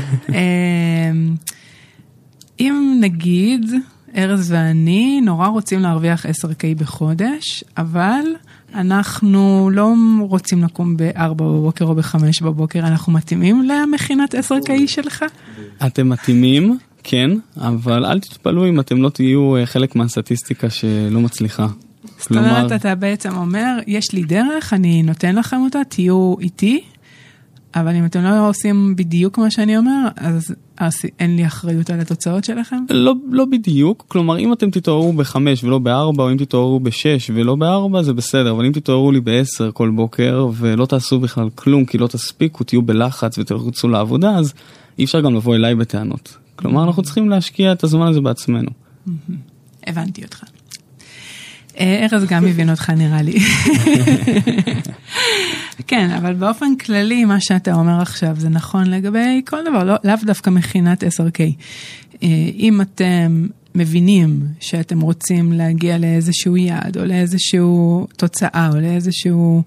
[SPEAKER 3] אם נגיד, ארז ואני נורא רוצים להרוויח עשר קיי בחודש, אבל אנחנו לא רוצים לקום ב-ארבע בבוקר או ב-חמש בבוקר, אנחנו מתאימים למכינת עשר קיי שלך?
[SPEAKER 1] אתם מתאימים, כן, אבל אל תתפלאו אם אתם לא תהיו חלק מהסטטיסטיקה שלא מצליחה.
[SPEAKER 3] זאת אומרת, אתה בעצם אומר, יש לי דרך, אני נותן לכם אותה, תהיו איתי, אבל אם אתם לא עושים בדיוק מה שאני אומר, אז, אז אין לי אחריות על התוצאות שלכם?
[SPEAKER 1] לא, לא בדיוק, כלומר, אם אתם תתעוררו בחמש ולא בארבע, או אם תתעוררו בשש ולא בארבע, זה בסדר, אבל אם תתעוררו לי בעשר כל בוקר, ולא תעשו בכלל כלום, כי לא תספיקו, תהיו בלחץ ותלכו לעבודה, אז אי אפשר גם לבוא אליי בטענות. כלומר, אנחנו צריכים להשקיע את הזמן הזה בעצמנו.
[SPEAKER 3] הבנתי אותך. ארז גם הבין אותך נראה לי. כן, אבל באופן כללי, מה שאתה אומר עכשיו, זה נכון לגבי כל דבר, לא, לאו דווקא מכינת עשר קיי. אם אתם מבינים שאתם רוצים להגיע לאיזשהו יעד, או לאיזשהו תוצאה, או לאיזשהו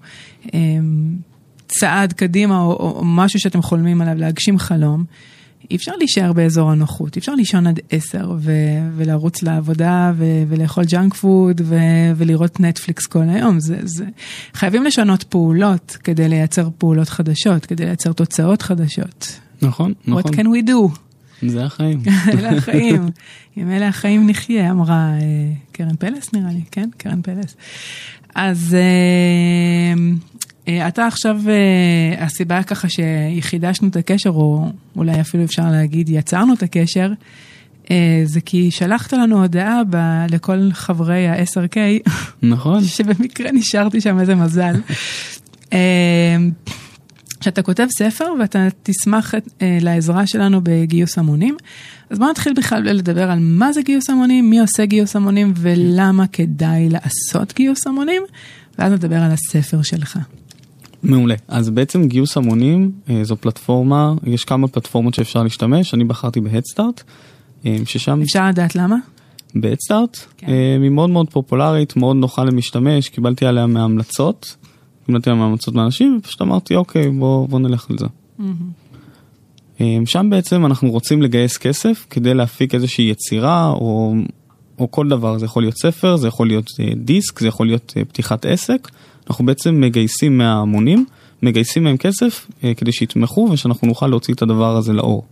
[SPEAKER 3] צעד קדימה, או, או משהו שאתם חולמים עליו, להגשים חלום, אי אפשר להישאר באזור הנוחות, אי אפשר לישון עד עשר ו- ולרוץ לעבודה ו- ולאכול ג'אנק פוד ו- ולראות נטפליקס כל היום. זה, זה... חייבים לשנות פעולות כדי לייצר פעולות חדשות, כדי לייצר תוצאות חדשות.
[SPEAKER 1] נכון, נכון.
[SPEAKER 3] What can we do?
[SPEAKER 1] זה החיים.
[SPEAKER 3] אלה החיים. אם אלה החיים נחיה, אמרה קרן פלס נראה לי, כן? קרן פלס. אז... אתה עכשיו, הסיבה ככה שחידשנו את הקשר, או אולי אפילו אפשר להגיד, יצרנו את הקשר, זה כי שלחת לנו הודעה ב- לכל חברי ה-עשר קיי,
[SPEAKER 1] נכון.
[SPEAKER 3] שבמקרה נשארתי שם איזה מזל, שאתה כותב ספר ואתה תשמח לעזרה שלנו בגיוס המונים, אז בוא נתחיל בכלל לדבר על מה זה גיוס המונים, מי עושה גיוס המונים ולמה כדאי לעשות גיוס המונים, ואז נדבר על הספר שלך.
[SPEAKER 1] מעולה. אז בעצם גיוס המונים זו פלטפורמה, יש כמה פלטפורמות שאפשר להשתמש, אני בחרתי בהדסטארט, ששם...
[SPEAKER 3] אפשר לדעת למה?
[SPEAKER 1] בהדסטארט, כן. היא מאוד מאוד פופולרית, מאוד נוחה למשתמש, קיבלתי עליה מהמלצות, קיבלתי עליה מהמלצות מאנשים, ופשוט אמרתי, אוקיי, בוא, בוא נלך על זה. Mm-hmm. שם בעצם אנחנו רוצים לגייס כסף, כדי להפיק איזושהי יצירה, או, או כל דבר, זה יכול להיות ספר, זה יכול להיות דיסק, זה יכול להיות פתיחת עסק, אנחנו בעצם מגייסים מהמונים, מגייסים מהם כסף כדי שיתמכו ושאנחנו נוכל להוציא את הדבר הזה לאור.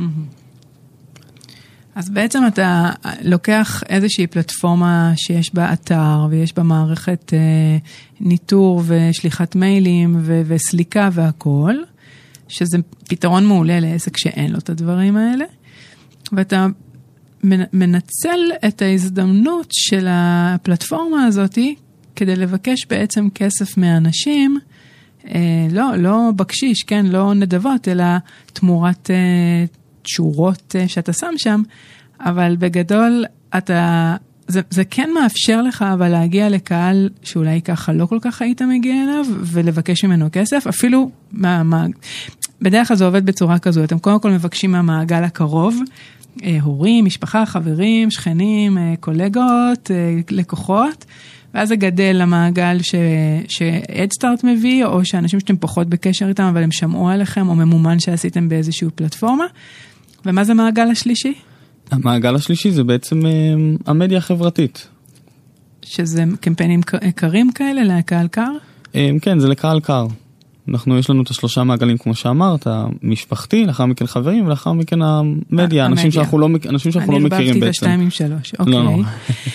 [SPEAKER 3] אז בעצם אתה לוקח איזושהי פלטפורמה שיש בה אתר ויש בה מערכת ניטור ושליחת מיילים וסליקה והכל, שזה פתרון מעולה לעסק שאין לו את הדברים האלה, ואתה מנצל את ההזדמנות של הפלטפורמה הזאת כדי לבקש בעצם כסף מהאנשים, אה, לא, לא בקשיש, כן, לא נדבות, אלא תמורת אה, תשורות אה, שאתה שם שם, אבל בגדול אתה, זה, זה כן מאפשר לך, אבל להגיע לקהל שאולי ככה לא כל כך היית מגיע אליו, ולבקש ממנו כסף, אפילו, מה, מה, בדרך כלל זה עובד בצורה כזו, אתם קודם כל מבקשים מהמעגל הקרוב, אה, הורים, משפחה, חברים, שכנים, אה, קולגות, אה, לקוחות, ואז זה גדל למעגל ש-Headstart מביא, או שאנשים שאתם פחות בקשר איתם, אבל הם שמעו עליכם, או ממומן שעשיתם באיזושהי פלטפורמה. ומה זה מעגל השלישי?
[SPEAKER 1] המעגל השלישי זה בעצם המדיה החברתית.
[SPEAKER 3] שזה קמפיינים קרים כאלה, לקהל קר?
[SPEAKER 1] כן, זה לקהל קר. אנחנו, יש לנו את השלושה מעגלים, כמו שאמרת, המשפחתי, לאחר מכן חברים, ולאחר מכן המדיה, אנשים שאנחנו לא, אנשים שאנחנו לא מכירים בעצם.
[SPEAKER 3] אני הרבבתי את השתיים עם שלוש, אוקיי.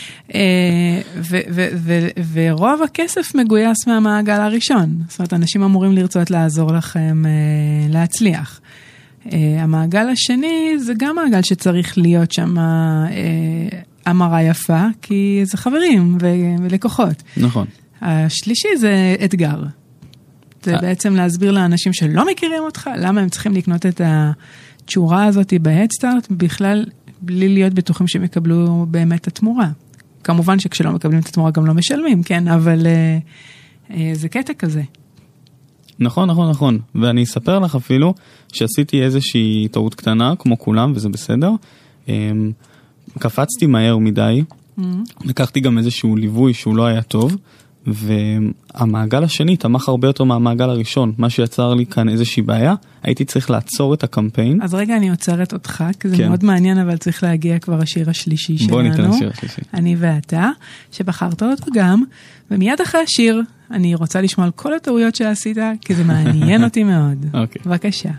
[SPEAKER 3] ורוב הכסף מגויס מהמעגל הראשון. זאת אומרת, אנשים אמורים לרצות לעזור לכם להצליח. המעגל השני, זה גם מעגל שצריך להיות שם אמרה יפה, כי זה חברים ולקוחות.
[SPEAKER 1] נכון.
[SPEAKER 3] השלישי זה אתגר. זה בעצם להסביר לאנשים שלא מכירים אותך, למה הם צריכים לקנות את התשורה הזאת בהדסטארט, בכלל בלי להיות בטוחים שהם יקבלו באמת התמורה. כמובן שכשלא מקבלים את התמורה גם לא משלמים, כן, אבל uh, uh, זה קטע כזה.
[SPEAKER 1] נכון, נכון, נכון. ואני אספר לך אפילו שעשיתי איזושהי טעות קטנה, כמו כולם, וזה בסדר. Um, קפצתי מהר מדי, mm-hmm. לקחתי גם איזשהו ליווי שהוא לא היה טוב, והמעגל השני תמך הרבה יותר מהמעגל הראשון, מה שיצר לי כאן איזושהי בעיה, הייתי צריך לעצור את הקמפיין.
[SPEAKER 3] אז רגע אני עוצרת אותך, כי זה כן. מאוד מעניין, אבל צריך להגיע כבר השיר השלישי שלנו.
[SPEAKER 1] בוא ניתן השיר השלישי.
[SPEAKER 3] אני ואתה, שבחרת אותו גם, ומיד אחרי השיר, אני רוצה לשמוע על כל הטעויות שעשית, כי זה מעניין אותי מאוד.
[SPEAKER 1] אוקיי.
[SPEAKER 3] בבקשה.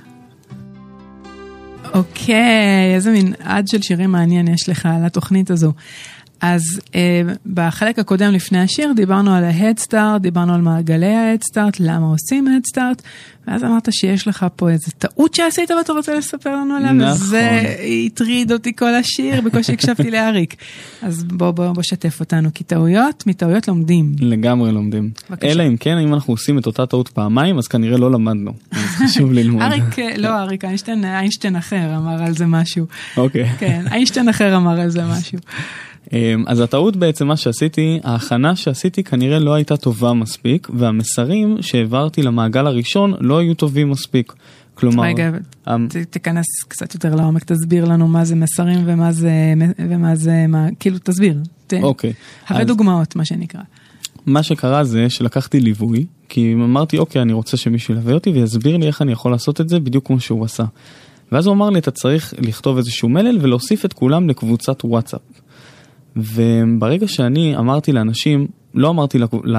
[SPEAKER 3] אוקיי, איזה מין עד של שירים מעניין יש לך על התוכנית הזו. אז אה, בחלק הקודם לפני השיר דיברנו על ההדסטארט, דיברנו על מעגלי ההדסטארט, למה עושים הדסטארט, ואז אמרת שיש לך פה איזו טעות שעשית ואתה רוצה לספר לנו עליה, נכון. וזה הטריד אותי כל השיר, בקושי הקשבתי לאריק. אז בוא, בוא, בוא שתף אותנו, כי טעויות, מטעויות לומדים.
[SPEAKER 1] לגמרי לומדים. בבקשה. אלא אם כן, אם אנחנו עושים את אותה טעות פעמיים, אז כנראה לא למדנו. אז חשוב ללמוד.
[SPEAKER 3] אריק, לא אריק, איינשטיין, איינשטיין אחר אמר על זה משהו.
[SPEAKER 1] אוקיי.
[SPEAKER 3] כן, איינשטיין אחר אמר על זה משהו.
[SPEAKER 1] אז הטעות בעצם מה שעשיתי, ההכנה שעשיתי כנראה לא הייתה טובה מספיק, והמסרים שהעברתי למעגל הראשון לא היו טובים מספיק. כלומר...
[SPEAKER 3] רגע, תכנס קצת יותר לעומק, תסביר לנו מה זה מסרים ומה זה, ומה זה, כאילו תסביר.
[SPEAKER 1] אוקיי.
[SPEAKER 3] הרבה דוגמאות, מה שנקרא.
[SPEAKER 1] מה שקרה זה שלקחתי ליווי, כי אמרתי, אוקיי, אני רוצה שמישהו ילווה אותי ויסביר לי איך אני יכול לעשות את זה בדיוק כמו שהוא עשה. ואז הוא אמר לי, אתה צריך לכתוב איזשהו מלל ולהוסיף את כולם לקבוצת וואטסאפ. וברגע שאני אמרתי לאנשים, לא אמרתי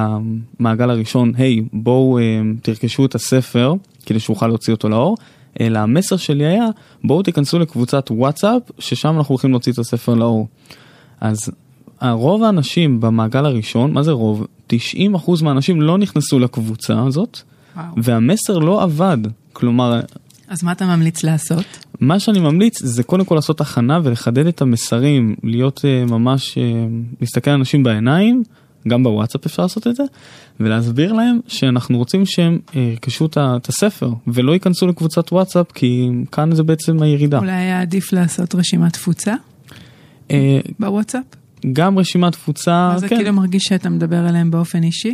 [SPEAKER 1] למעגל הראשון, היי, בואו תרכשו את הספר, כדי שאוכל להוציא אותו לאור, אלא המסר שלי היה, בואו תיכנסו לקבוצת וואטסאפ, ששם אנחנו הולכים להוציא את הספר לאור. אז הרוב האנשים במעגל הראשון, מה זה רוב? תשעים אחוז מהאנשים לא נכנסו לקבוצה הזאת, וואו. והמסר לא עבד. כלומר...
[SPEAKER 3] אז מה אתה ממליץ לעשות?
[SPEAKER 1] מה שאני ממליץ זה קודם כל לעשות הכנה ולחדד את המסרים, להיות uh, ממש, uh, להסתכל על אנשים בעיניים, גם בוואטסאפ אפשר לעשות את זה, ולהסביר להם שאנחנו רוצים שהם ירכשו uh, את הספר, ולא ייכנסו לקבוצת וואטסאפ, כי כאן זה בעצם הירידה.
[SPEAKER 3] אולי היה עדיף לעשות רשימת תפוצה? Uh, בוואטסאפ?
[SPEAKER 1] גם רשימת תפוצה,
[SPEAKER 3] מה זה כן. כאילו מרגיש שאתה מדבר עליהם באופן אישי?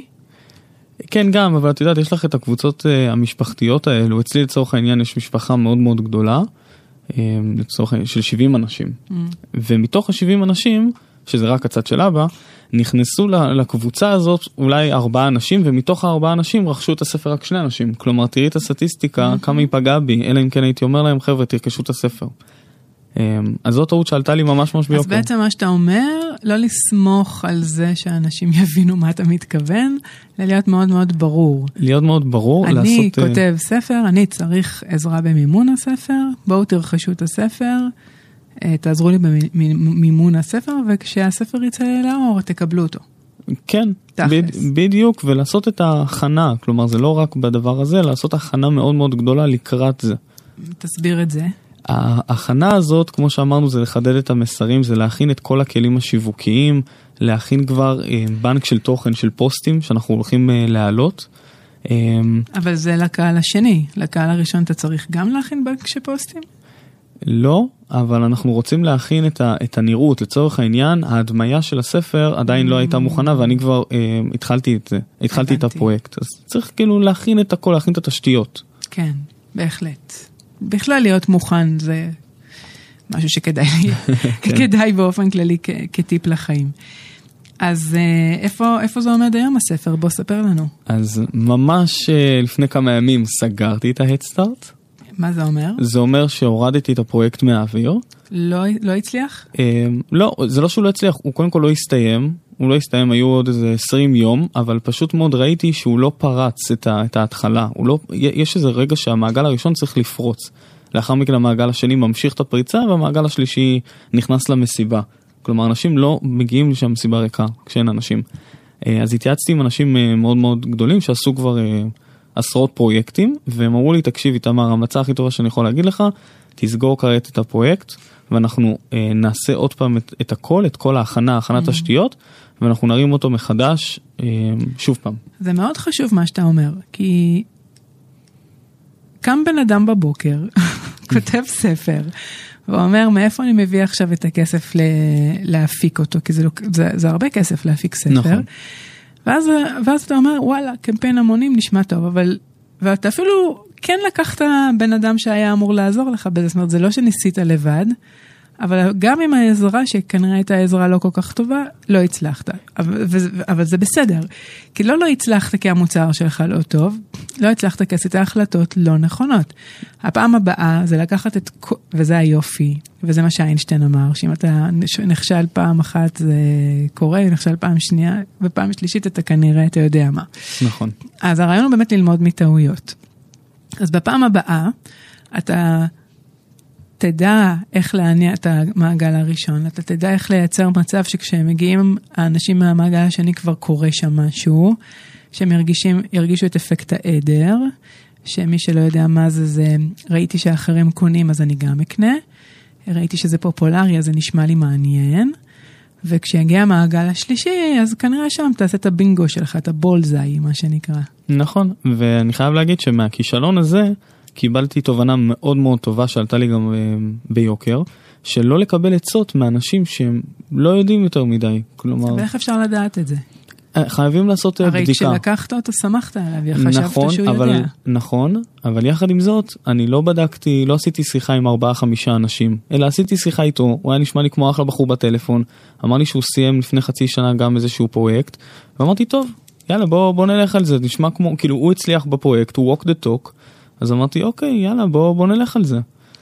[SPEAKER 1] כן, גם, אבל את יודעת, יש לך את הקבוצות uh, המשפחתיות האלו. אצלי לצורך העניין יש משפחה מאוד מאוד גדולה, um, לצורך העניין של שבעים אנשים. Mm. ומתוך ה-שבעים אנשים, שזה רק הצד של אבא, נכנסו לקבוצה הזאת אולי ארבעה אנשים, ומתוך הארבעה אנשים רכשו את הספר רק שני אנשים. כלומר, תראי את הסטטיסטיקה, mm-hmm. כמה היא פגעה בי, אלא אם כן הייתי אומר להם, חבר'ה, תרכשו את הספר. אז זאת טעות שעלתה לי ממש ממש ביוקר.
[SPEAKER 3] אז בעצם מה שאתה אומר, לא לסמוך על זה שאנשים יבינו מה אתה מתכוון, אלא להיות מאוד מאוד ברור.
[SPEAKER 1] להיות מאוד ברור.
[SPEAKER 3] אני
[SPEAKER 1] לעשות...
[SPEAKER 3] כותב ספר, אני צריך עזרה במימון הספר, בואו תרכשו את הספר, תעזרו לי במימון הספר, וכשהספר יצא לאור, תקבלו אותו.
[SPEAKER 1] כן, ב- בדיוק, ולעשות את ההכנה, כלומר זה לא רק בדבר הזה, לעשות הכנה מאוד מאוד גדולה לקראת זה.
[SPEAKER 3] תסביר את זה.
[SPEAKER 1] ההכנה הזאת, כמו שאמרנו, זה לחדד את המסרים, זה להכין את כל הכלים השיווקיים, להכין כבר אה, בנק של תוכן, של פוסטים, שאנחנו הולכים אה, להעלות. אה,
[SPEAKER 3] אבל זה לקהל השני. לקהל הראשון אתה צריך גם להכין בנק של פוסטים?
[SPEAKER 1] לא, אבל אנחנו רוצים להכין את, ה, את הנראות. לצורך העניין, ההדמיה של הספר עדיין לא הייתה מוכנה, ואני כבר אה, התחלתי את זה, התחלתי את הפרויקט. אז צריך כאילו להכין את הכל, להכין את התשתיות.
[SPEAKER 3] כן, בהחלט. בכלל להיות מוכן זה משהו שכדאי כדאי באופן כללי כטיפ לחיים. אז איפה, איפה זה עומד היום הספר? בוא ספר לנו.
[SPEAKER 1] אז ממש לפני כמה ימים סגרתי את ההדסטארט.
[SPEAKER 3] מה זה אומר?
[SPEAKER 1] זה אומר שהורדתי את הפרויקט מהאוויר.
[SPEAKER 3] לא, לא הצליח?
[SPEAKER 1] לא, זה לא שהוא לא הצליח, הוא קודם כל לא הסתיים. הוא לא הסתיים, היו עוד איזה עשרים יום, אבל פשוט מאוד ראיתי שהוא לא פרץ את, ה, את ההתחלה. הוא לא, יש איזה רגע שהמעגל הראשון צריך לפרוץ. לאחר מכן המעגל השני ממשיך את הפריצה, והמעגל השלישי נכנס למסיבה. כלומר, אנשים לא מגיעים לשם מסיבה ריקה, כשאין אנשים. אז התייעצתי עם אנשים מאוד מאוד גדולים, שעשו כבר עשרות פרויקטים, והם אמרו לי, תקשיב, איתמר, ההמלצה הכי טובה שאני יכול להגיד לך, תסגור כעת את הפרויקט, ואנחנו אה, נעשה עוד פעם את, את הכל, את כל ההכנה, הכנת תשתיות, ואנחנו נרים אותו מחדש אה, שוב פעם.
[SPEAKER 3] זה מאוד חשוב מה שאתה אומר, כי קם בן אדם בבוקר, כותב ספר, ואומר, מאיפה אני מביא עכשיו את הכסף ל- להפיק אותו, כי זה, לא, זה, זה הרבה כסף להפיק ספר. נכון. ואז, ואז אתה אומר, וואלה, קמפיין המונים נשמע טוב, אבל, ואתה אפילו כן לקחת בן אדם שהיה אמור לעזור לך בזה, זאת אומרת, זה לא שניסית לבד, אבל גם עם העזרה, שכנראה הייתה העזרה לא כל כך טובה, לא הצלחת. אבל, אבל זה בסדר. כי לא לא הצלחת כי המוצר שלך לא טוב, לא הצלחת כי עשית החלטות לא נכונות. הפעם הבאה זה לקחת את, וזה היופי, וזה מה שאיינשטיין אמר, שאם אתה נכשל פעם אחת זה קורה, נכשל פעם שנייה, ופעם שלישית אתה כנראה, אתה יודע מה.
[SPEAKER 1] נכון.
[SPEAKER 3] אז הרעיון הוא באמת ללמוד מטעויות. אז בפעם הבאה, אתה תדע איך להניע את המעגל הראשון, אתה תדע איך לייצר מצב שכשהם מגיעים, האנשים מהמעגל השני כבר קורה שם משהו, שהם ירגישים, ירגישו את אפקט העדר, שמי שלא יודע מה זה, זה ראיתי שאחרים קונים, אז אני גם אקנה, ראיתי שזה פופולרי, אז זה נשמע לי מעניין, וכשיגיע המעגל השלישי, אז כנראה שם תעשה את הבינגו שלך, את הבולזאי, מה שנקרא.
[SPEAKER 1] נכון, ואני חייב להגיד שמהכישלון הזה, קיבלתי תובנה מאוד מאוד טובה, שעלתה לי גם ביוקר, שלא לקבל עצות מאנשים שהם לא יודעים יותר מדי. כלומר,
[SPEAKER 3] ואיך אפשר לדעת את זה?
[SPEAKER 1] חייבים לעשות
[SPEAKER 3] הרי
[SPEAKER 1] בדיקה.
[SPEAKER 3] הרי כשלקחת אותו, שמחת עליו, חשבת
[SPEAKER 1] נכון,
[SPEAKER 3] שהוא
[SPEAKER 1] אבל,
[SPEAKER 3] יודע.
[SPEAKER 1] נכון, אבל יחד עם זאת, אני לא בדקתי, לא עשיתי שיחה עם ארבעה, חמישה אנשים, אלא עשיתי שיחה איתו, הוא היה נשמע לי כמו אחלה בחור בטלפון, אמר לי שהוא סיים לפני חצי שנה גם איזשהו פרויקט, ואמרתי, טוב, יאללה, בוא, בוא נלך על זה, נשמע כמו, כאילו, הוא הצליח בפרויקט, הוא walk the talk, אז אמרתי, אוקיי, יאללה, בוא, בוא נלך על זה.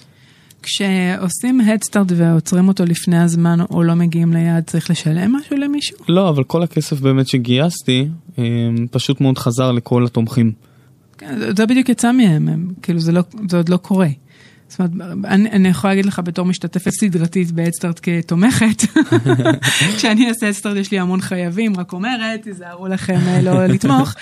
[SPEAKER 3] כשעושים הדסטארט ועוצרים אותו לפני הזמן או לא מגיעים ליעד, צריך לשלם משהו למישהו?
[SPEAKER 1] לא, אבל כל הכסף באמת שגייסתי, פשוט מאוד חזר לכל התומכים.
[SPEAKER 3] כן, זה בדיוק יצא מהם, הם, כאילו זה, לא, זה עוד לא קורה. זאת אומרת, אני, אני יכולה להגיד לך בתור משתתפת סדרתית בהדסטארט כתומכת, כשאני אעשה הדסטארט יש לי המון חייבים, רק אומרת, תיזהרו לכם לא לתמוך.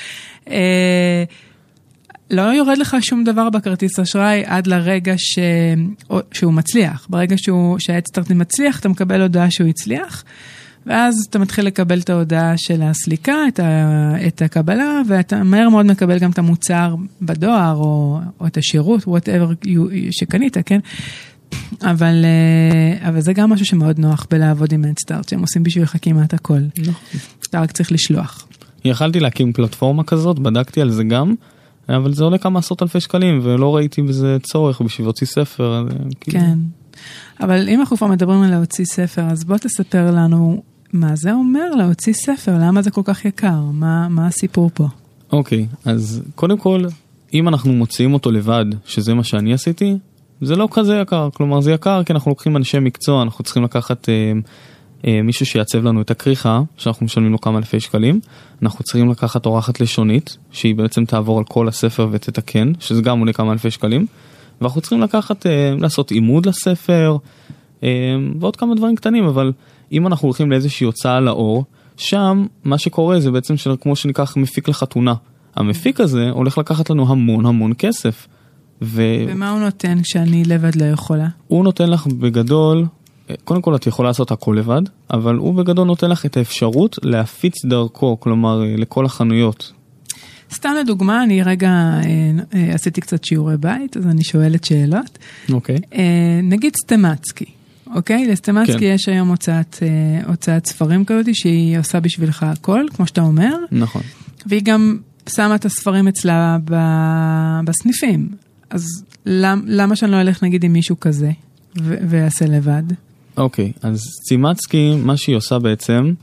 [SPEAKER 3] לא יורד לך שום דבר בכרטיס אשראי עד לרגע ש... שהוא מצליח. ברגע שהוא... שההדסטארט מצליח, אתה מקבל הודעה שהוא הצליח, ואז אתה מתחיל לקבל את ההודעה של הסליקה, את, ה... את הקבלה, ואתה מהר מאוד מקבל גם את המוצר בדואר, או, או את השירות, whatever שקנית, כן? אבל, אבל זה גם משהו שמאוד נוח בלעבוד עם הדסטארט, שהם עושים בשבילך כמעט הכל. אתה רק צריך לשלוח.
[SPEAKER 1] יכלתי להקים פלטפורמה כזאת, בדקתי על זה גם, אבל זה עולה כמה עשרות אלפי שקלים, ולא ראיתי בזה צורך בשביל להוציא ספר.
[SPEAKER 3] כן, אבל אם אנחנו כבר מדברים על להוציא ספר, אז בוא תספר לנו מה זה אומר להוציא ספר, למה זה כל כך יקר, מה, מה הסיפור פה?
[SPEAKER 1] אוקיי, אז קודם כל, אם אנחנו מוציאים אותו לבד, שזה מה שאני עשיתי, זה לא כזה יקר, כלומר זה יקר כי אנחנו לוקחים אנשי מקצוע, אנחנו צריכים לקחת אה, אה, מישהו שיעצב לנו את הכריכה, שאנחנו משלמים לו כמה אלפי שקלים, אנחנו צריכים לקחת אורחת לשונית, שהיא בעצם תעבור על כל הספר ותתקן, שזה גם עולה כמה אלפי שקלים, ואנחנו צריכים לקחת, אה, לעשות עימוד לספר, אה, ועוד כמה דברים קטנים, אבל אם אנחנו הולכים לאיזושהי הוצאה לאור, שם מה שקורה זה בעצם של, כמו שניקח מפיק לחתונה. המפיק הזה הולך לקחת לנו המון המון כסף. ו...
[SPEAKER 3] ומה הוא נותן כשאני לבד לא יכולה?
[SPEAKER 1] הוא נותן לך בגדול, קודם כל את יכולה לעשות הכל לבד, אבל הוא בגדול נותן לך את האפשרות להפיץ דרכו, כלומר לכל החנויות.
[SPEAKER 3] סתם לדוגמה, אני רגע אה, עשיתי קצת שיעורי בית, אז אני שואלת שאלות.
[SPEAKER 1] אוקיי.
[SPEAKER 3] אה, נגיד סטמצקי, אוקיי? לסטמצקי כן. יש היום הוצאת, אה, הוצאת ספרים כזאת, שהיא עושה בשבילך הכל, כמו שאתה אומר.
[SPEAKER 1] נכון.
[SPEAKER 3] והיא גם שמה את הספרים אצלה ב, בסניפים. אז למ, למה שאני לא אלך נגיד עם מישהו כזה, ו- ויעשה לבד?
[SPEAKER 1] אוקיי, אז סטימצקי, מה שהיא עושה בעצם,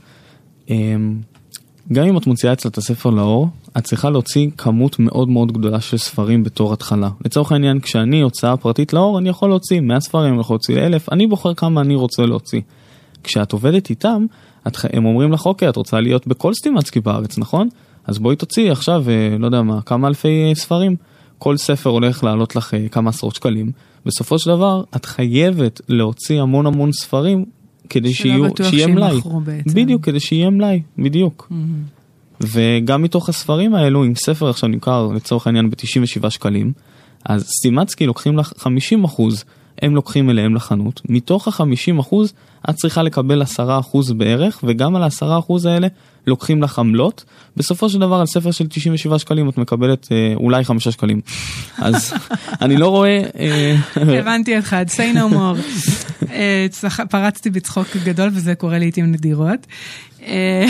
[SPEAKER 1] גם אם את מוציאה אצלה את הספר לאור, את צריכה להוציא כמות מאוד מאוד גדולה של ספרים בתור התחלה. לצורך העניין, כשאני הוצאה פרטית לאור, אני יכול להוציא מאה ספרים, אני יכול להוציא אלף, אני בוחר כמה אני רוצה להוציא. כשאת עובדת איתם, את, הם אומרים לך, אוקיי, את רוצה להיות בכל סטימצקי בארץ, נכון? אז בואי תוציא עכשיו, לא יודע מה, כמה אלפי ספרים. כל ספר הולך לעלות לך כמה עשרות שקלים. בסופו של דבר, את חייבת להוציא המון המון ספרים, כדי שיהיו, שיהיה מלאי. בדיוק, כדי שיהיה מלאי, בדיוק. Mm-hmm. וגם מתוך הספרים האלו, אם ספר עכשיו נמכר לצורך העניין ב-תשעים ושבעה שקלים, אז סטימצקי לוקחים לך חמישים אחוז, הם לוקחים אליהם לחנות. מתוך ה-חמישים אחוז, את צריכה לקבל עשרה אחוז בערך, וגם על ה-עשרה אחוז האלה לוקחים לך עמלות. בסופו של דבר, על ספר של תשעים ושבעה שקלים, את מקבלת אה, אולי חמישה שקלים. אז אני לא רואה... אה,
[SPEAKER 3] הבנתי אותך, say no more. אה, צח... פרצתי בצחוק גדול, וזה קורה לעתים נדירות. אה,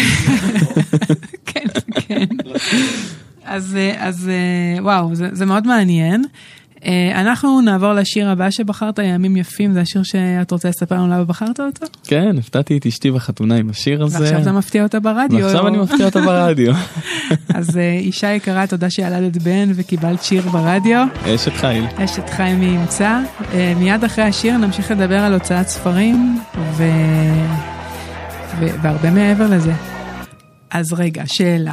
[SPEAKER 3] כן, כן. אז, אז וואו, זה, זה מאוד מעניין. אנחנו נעבור לשיר הבא שבחרת, ימים יפים, זה השיר שאת רוצה לספר לנו למה בחרת אותו?
[SPEAKER 1] כן, הפתעתי את אשתי בחתונה עם השיר הזה.
[SPEAKER 3] ועכשיו אתה מפתיע אותה ברדיו.
[SPEAKER 1] ועכשיו אני מפתיע אותה ברדיו.
[SPEAKER 3] אז אישה יקרה, תודה שילדת בן וקיבלת שיר ברדיו.
[SPEAKER 1] אשת חיל.
[SPEAKER 3] אשת חיל מימצא. מיד אחרי השיר נמשיך לדבר על הוצאת ספרים, ו... ו... והרבה מעבר לזה. אז רגע, שאלה.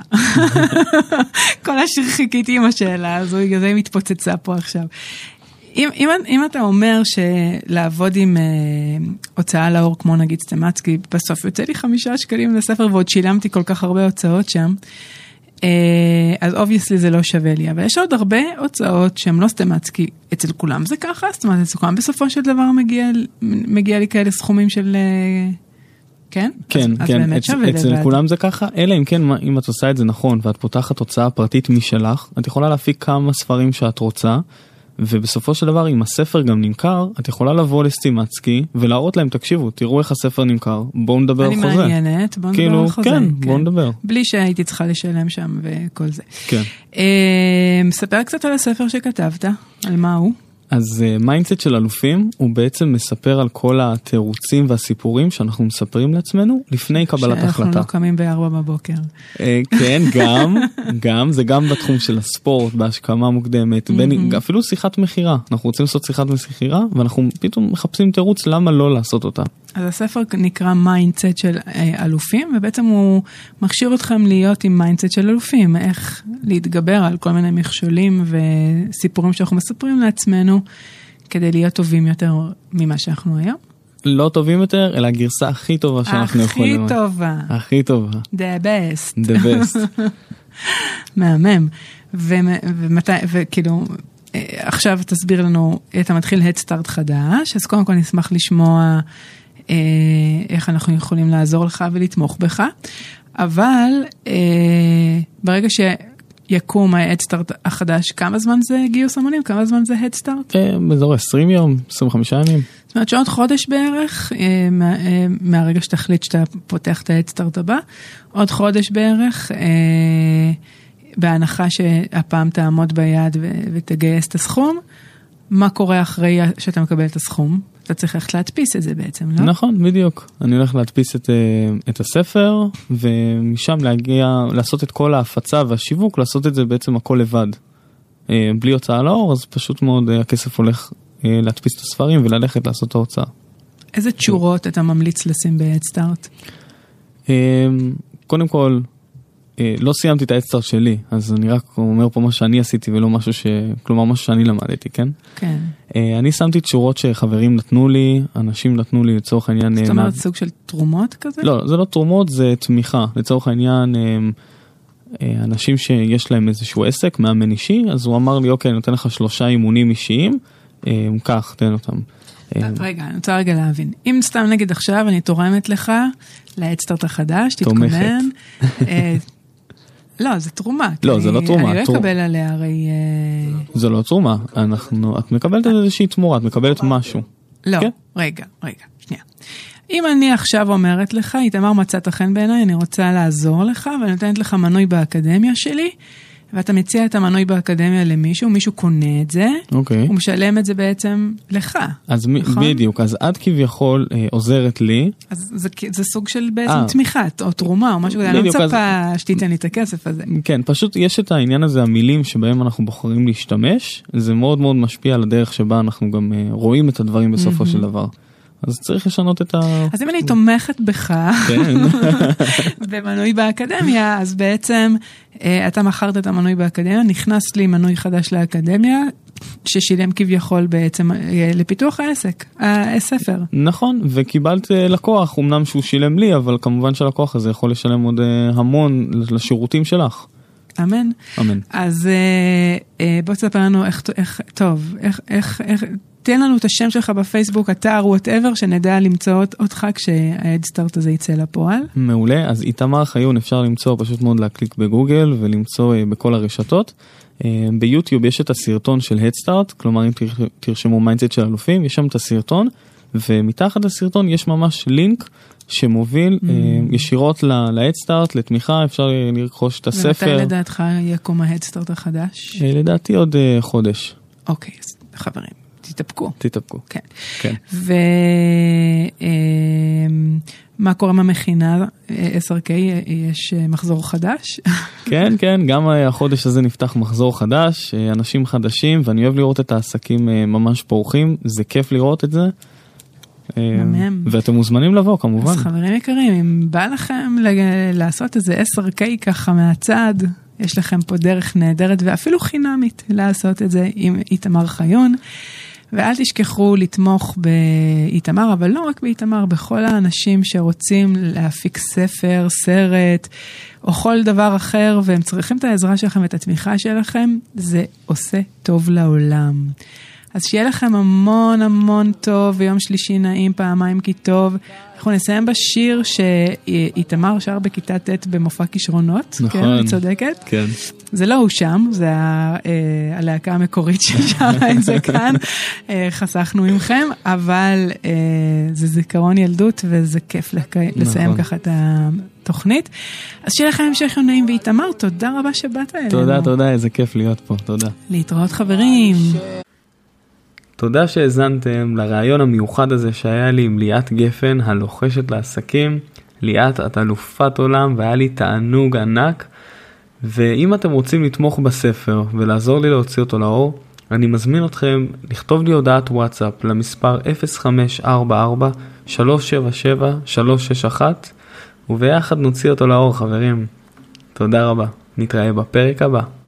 [SPEAKER 3] כל השיר חיכיתי עם השאלה הזו, בגלל זה היא מתפוצצה פה עכשיו. אם, אם, אם אתה אומר שלעבוד עם אה, הוצאה לאור, כמו נגיד סטימצקי, בסוף יוצא לי חמישה שקלים לספר, ועוד שילמתי כל כך הרבה הוצאות שם, אה, אז obviously זה לא שווה לי. אבל יש עוד הרבה הוצאות שהן לא סטימצקי, אצל כולם זה ככה, זאת אומרת, אצל כולם בסופו של דבר מגיע, מגיע לי כאלה סכומים של... אה, כן?
[SPEAKER 1] כן,
[SPEAKER 3] אז,
[SPEAKER 1] כן.
[SPEAKER 3] אז
[SPEAKER 1] אצ, אצל לבד. כולם זה ככה, אלא אם כן, אם את עושה את זה נכון, ואת פותחת הוצאה פרטית משלך, את יכולה להפיק כמה ספרים שאת רוצה, ובסופו של דבר, אם הספר גם נמכר, את יכולה לבוא לסטימצקי, ולהראות להם, תקשיבו, תראו איך הספר נמכר, בואו נדבר על חוזה.
[SPEAKER 3] אני מעניינת, בואו
[SPEAKER 1] כאילו,
[SPEAKER 3] נדבר על חוזה.
[SPEAKER 1] כן, כן, בואו נדבר.
[SPEAKER 3] בלי שהייתי צריכה לשלם שם וכל זה.
[SPEAKER 1] כן.
[SPEAKER 3] אה, מספר קצת על הספר שכתבת, על מה הוא?
[SPEAKER 1] אז מיינדסט של אלופים הוא בעצם מספר על כל התירוצים והסיפורים שאנחנו מספרים לעצמנו לפני קבלת החלטה.
[SPEAKER 3] שאנחנו לא קמים בארבע בבוקר.
[SPEAKER 1] כן, גם, גם, זה גם בתחום של הספורט, בהשכמה מוקדמת, אפילו שיחת מחירה. אנחנו רוצים לעשות שיחת מחירה, ואנחנו פתאום מחפשים תירוץ למה לא לעשות אותה. אז
[SPEAKER 3] הספר נקרא מיינדסט של אלופים, ובעצם הוא מכשיר אתכם להיות עם מיינדסט של אלופים, איך להתגבר על כל מיני מכשולים וסיפורים שאנחנו מספרים לעצמנו, כדי להיות טובים יותר ממה שאנחנו היום.
[SPEAKER 1] לא טובים יותר, אלא הגרסה הכי טובה שאנחנו יכולים.
[SPEAKER 3] הכי טובה.
[SPEAKER 1] הכי טובה.
[SPEAKER 3] The best.
[SPEAKER 1] The best.
[SPEAKER 3] מהמם. ומתי, וכאילו, עכשיו תסביר לנו, אתה מתחיל Head Start חדש, אז קודם כל נשמח לשמוע איך אנחנו יכולים לעזור לך ולתמוך בך, אבל ברגע שיקום ה-Head Start החדש, כמה זמן זה גיוס המונים? כמה זמן זה Head Start?
[SPEAKER 1] באזור עשרים יום, עשרים וחמישה ימים.
[SPEAKER 3] זאת אומרת שעוד חודש בערך, מהרגע שתחליט שאתה פותח את ה-Head Start הבא, עוד חודש בערך, בהנחה שהפעם תעמוד ביד ותגייס את הסכום, מה קורה אחרי שאתה מקבל את הסכום? אתה צריך ללכת להדפיס את זה בעצם, לא?
[SPEAKER 1] נכון, בדיוק. אני הולך להדפיס את, את הספר, ומשם להגיע, לעשות את כל ההפצה והשיווק, לעשות את זה בעצם הכל לבד. בלי הוצאה לאור, אז פשוט מאוד הכסף הולך להדפיס את הספרים, וללכת לעשות את ההוצאה.
[SPEAKER 3] איזה תשורות אתה ממליץ לשים ב-Head Start?
[SPEAKER 1] קודם כל, לא סיימתי את ה-Head Start שלי, אז אני רק אומר פה מה שאני עשיתי, ולא משהו ש... כלומר, משהו שאני למדתי, כן?
[SPEAKER 3] כן.
[SPEAKER 1] אני שמתי תשורות שחברים נתנו לי, אנשים נתנו לי לצורך העניין...
[SPEAKER 3] זאת אומרת, סוג של תרומות כזה?
[SPEAKER 1] לא, זה לא תרומות, זה תמיכה. לצורך העניין, אנשים שיש להם איזשהו עסק, מאמן אישי, אז הוא אמר לי, אוקיי, אני נותן לך שלושה אימונים אישיים, כך, תן אותם.
[SPEAKER 3] רגע, אני רוצה רגע להבין. אם סתם נגיד עכשיו, אני תורמת לך ל-Head Start החדש, תתכונן. לא, זה תרומה.
[SPEAKER 1] לא, זה לא תרומה.
[SPEAKER 3] אני לא אקבל עליה הרי...
[SPEAKER 1] זה לא תרומה. אנחנו, את מקבלת איזושהי תמורה, את מקבלת משהו.
[SPEAKER 3] לא, רגע, רגע, שנייה. אם אני עכשיו אומרת לך, איתמר מצאת חן בעיניי, אני רוצה לעזור לך, ואני נותנת לך מנוי באקדמיה שלי, ואתה מציע את המנוי באקדמיה למישהו, מישהו קונה את זה, הוא משלם את זה בעצם לך.
[SPEAKER 1] אז בדיוק, אז את כביכול עוזרת לי.
[SPEAKER 3] אז זה סוג של בעצם תמיכה, או תרומה, או משהו כזה, אני לא מצפה שתיתן לי את הכסף הזה.
[SPEAKER 1] כן, פשוט יש את העניין הזה, המילים שבהם אנחנו בוחרים להשתמש, זה מאוד מאוד משפיע על הדרך שבה אנחנו גם רואים את הדברים בסופו של דבר. אז צריך לשנות את ה...
[SPEAKER 3] אז אם אני תומכת בך, במנוי באקדמיה, אז בעצם אתה מכרת את המנוי באקדמיה, נכנס לי מנוי חדש לאקדמיה, ששילם כביכול בעצם לפיתוח העסק, הספר.
[SPEAKER 1] נכון, וקיבלת לקוח, אמנם שהוא שילם לי, אבל כמובן שהלקוח הזה יכול לשלם עוד המון לשירותים שלך.
[SPEAKER 3] אמן.
[SPEAKER 1] אמן. אז
[SPEAKER 3] בוא תספר לנו איך, איך, טוב, איך, איך, איך, תן לנו את השם שלך בפייסבוק, אתר, whatever, שנדע למצוא אותך כשההדסטארט הזה יצא לפועל.
[SPEAKER 1] מעולה, אז איתמר חיון אפשר למצוא, פשוט מאוד להקליק בגוגל ולמצוא בכל הרשתות. ביוטיוב יש את הסרטון של הדסטארט, כלומר אם תרשמו מיינדסט של אלופים, יש שם את הסרטון, ומתחת לסרטון יש ממש לינק שמוביל mm. ישירות להדסטארט, לתמיכה, אפשר לרכוש את הספר.
[SPEAKER 3] ומתי לדעתך יקום ההדסטארט החדש?
[SPEAKER 1] לדעתי עוד חודש.
[SPEAKER 3] אוקיי, אז חברים, תתאפקו.
[SPEAKER 1] תתאפקו.
[SPEAKER 3] כן.
[SPEAKER 1] כן.
[SPEAKER 3] ומה קורה מהמכינה אס אר קיי? יש מחזור חדש?
[SPEAKER 1] כן, כן, גם החודש הזה נפתח מחזור חדש, אנשים חדשים, ואני אוהב לראות את העסקים ממש פורחים, זה כיף לראות את זה. ואתם מוזמנים לבוא כמובן. אז
[SPEAKER 3] חברים יקרים, אם בא לכם לעשות איזה אס אר קיי ככה מהצד, יש לכם פה דרך נהדרת ואפילו חינמית לעשות את זה עם איתמר חיון, ואל תשכחו לתמוך באיתמר, אבל לא רק באיתמר, בכל האנשים שרוצים להפיק ספר, סרט, או כל דבר אחר, והם צריכים את העזרה שלכם ואת התמיכה שלכם, זה עושה טוב לעולם. אז שיהיה לכם המון המון טוב, ויום שלישי נעים פעמיים כי טוב. אנחנו נסיים בשיר שאיתמר שר בכיתה ט' במופע כישרונות.
[SPEAKER 1] נכון.
[SPEAKER 3] כן, אני צודקת?
[SPEAKER 1] כן.
[SPEAKER 3] זה לא הוא שם, זה הלהקה המקורית ששרה את זה כאן. חסכנו ממכם, אבל זה זיכרון ילדות, וזה כיף לסיים ככה את התוכנית. אז שיהיה לכם המשך נעים ואיתמר, תודה רבה שבאת אלינו.
[SPEAKER 1] תודה, תודה, איזה כיף להיות פה, תודה.
[SPEAKER 3] להתראות חברים.
[SPEAKER 1] תודה שהזנתם לרעיון המיוחד הזה שהיה לי עם ליאת גפן, הלוחשת לעסקים. ליאת, את אלופת עולם והיה לי תענוג ענק. ואם אתם רוצים לתמוך בספר ולעזור לי להוציא אותו לאור, אני מזמין אתכם לכתוב לי הודעת וואטסאפ למספר אפס חמש ארבע ארבע שלוש שבע שבע שלוש שש אחת וביחד נוציא אותו לאור חברים. תודה רבה, נתראה בפרק הבא.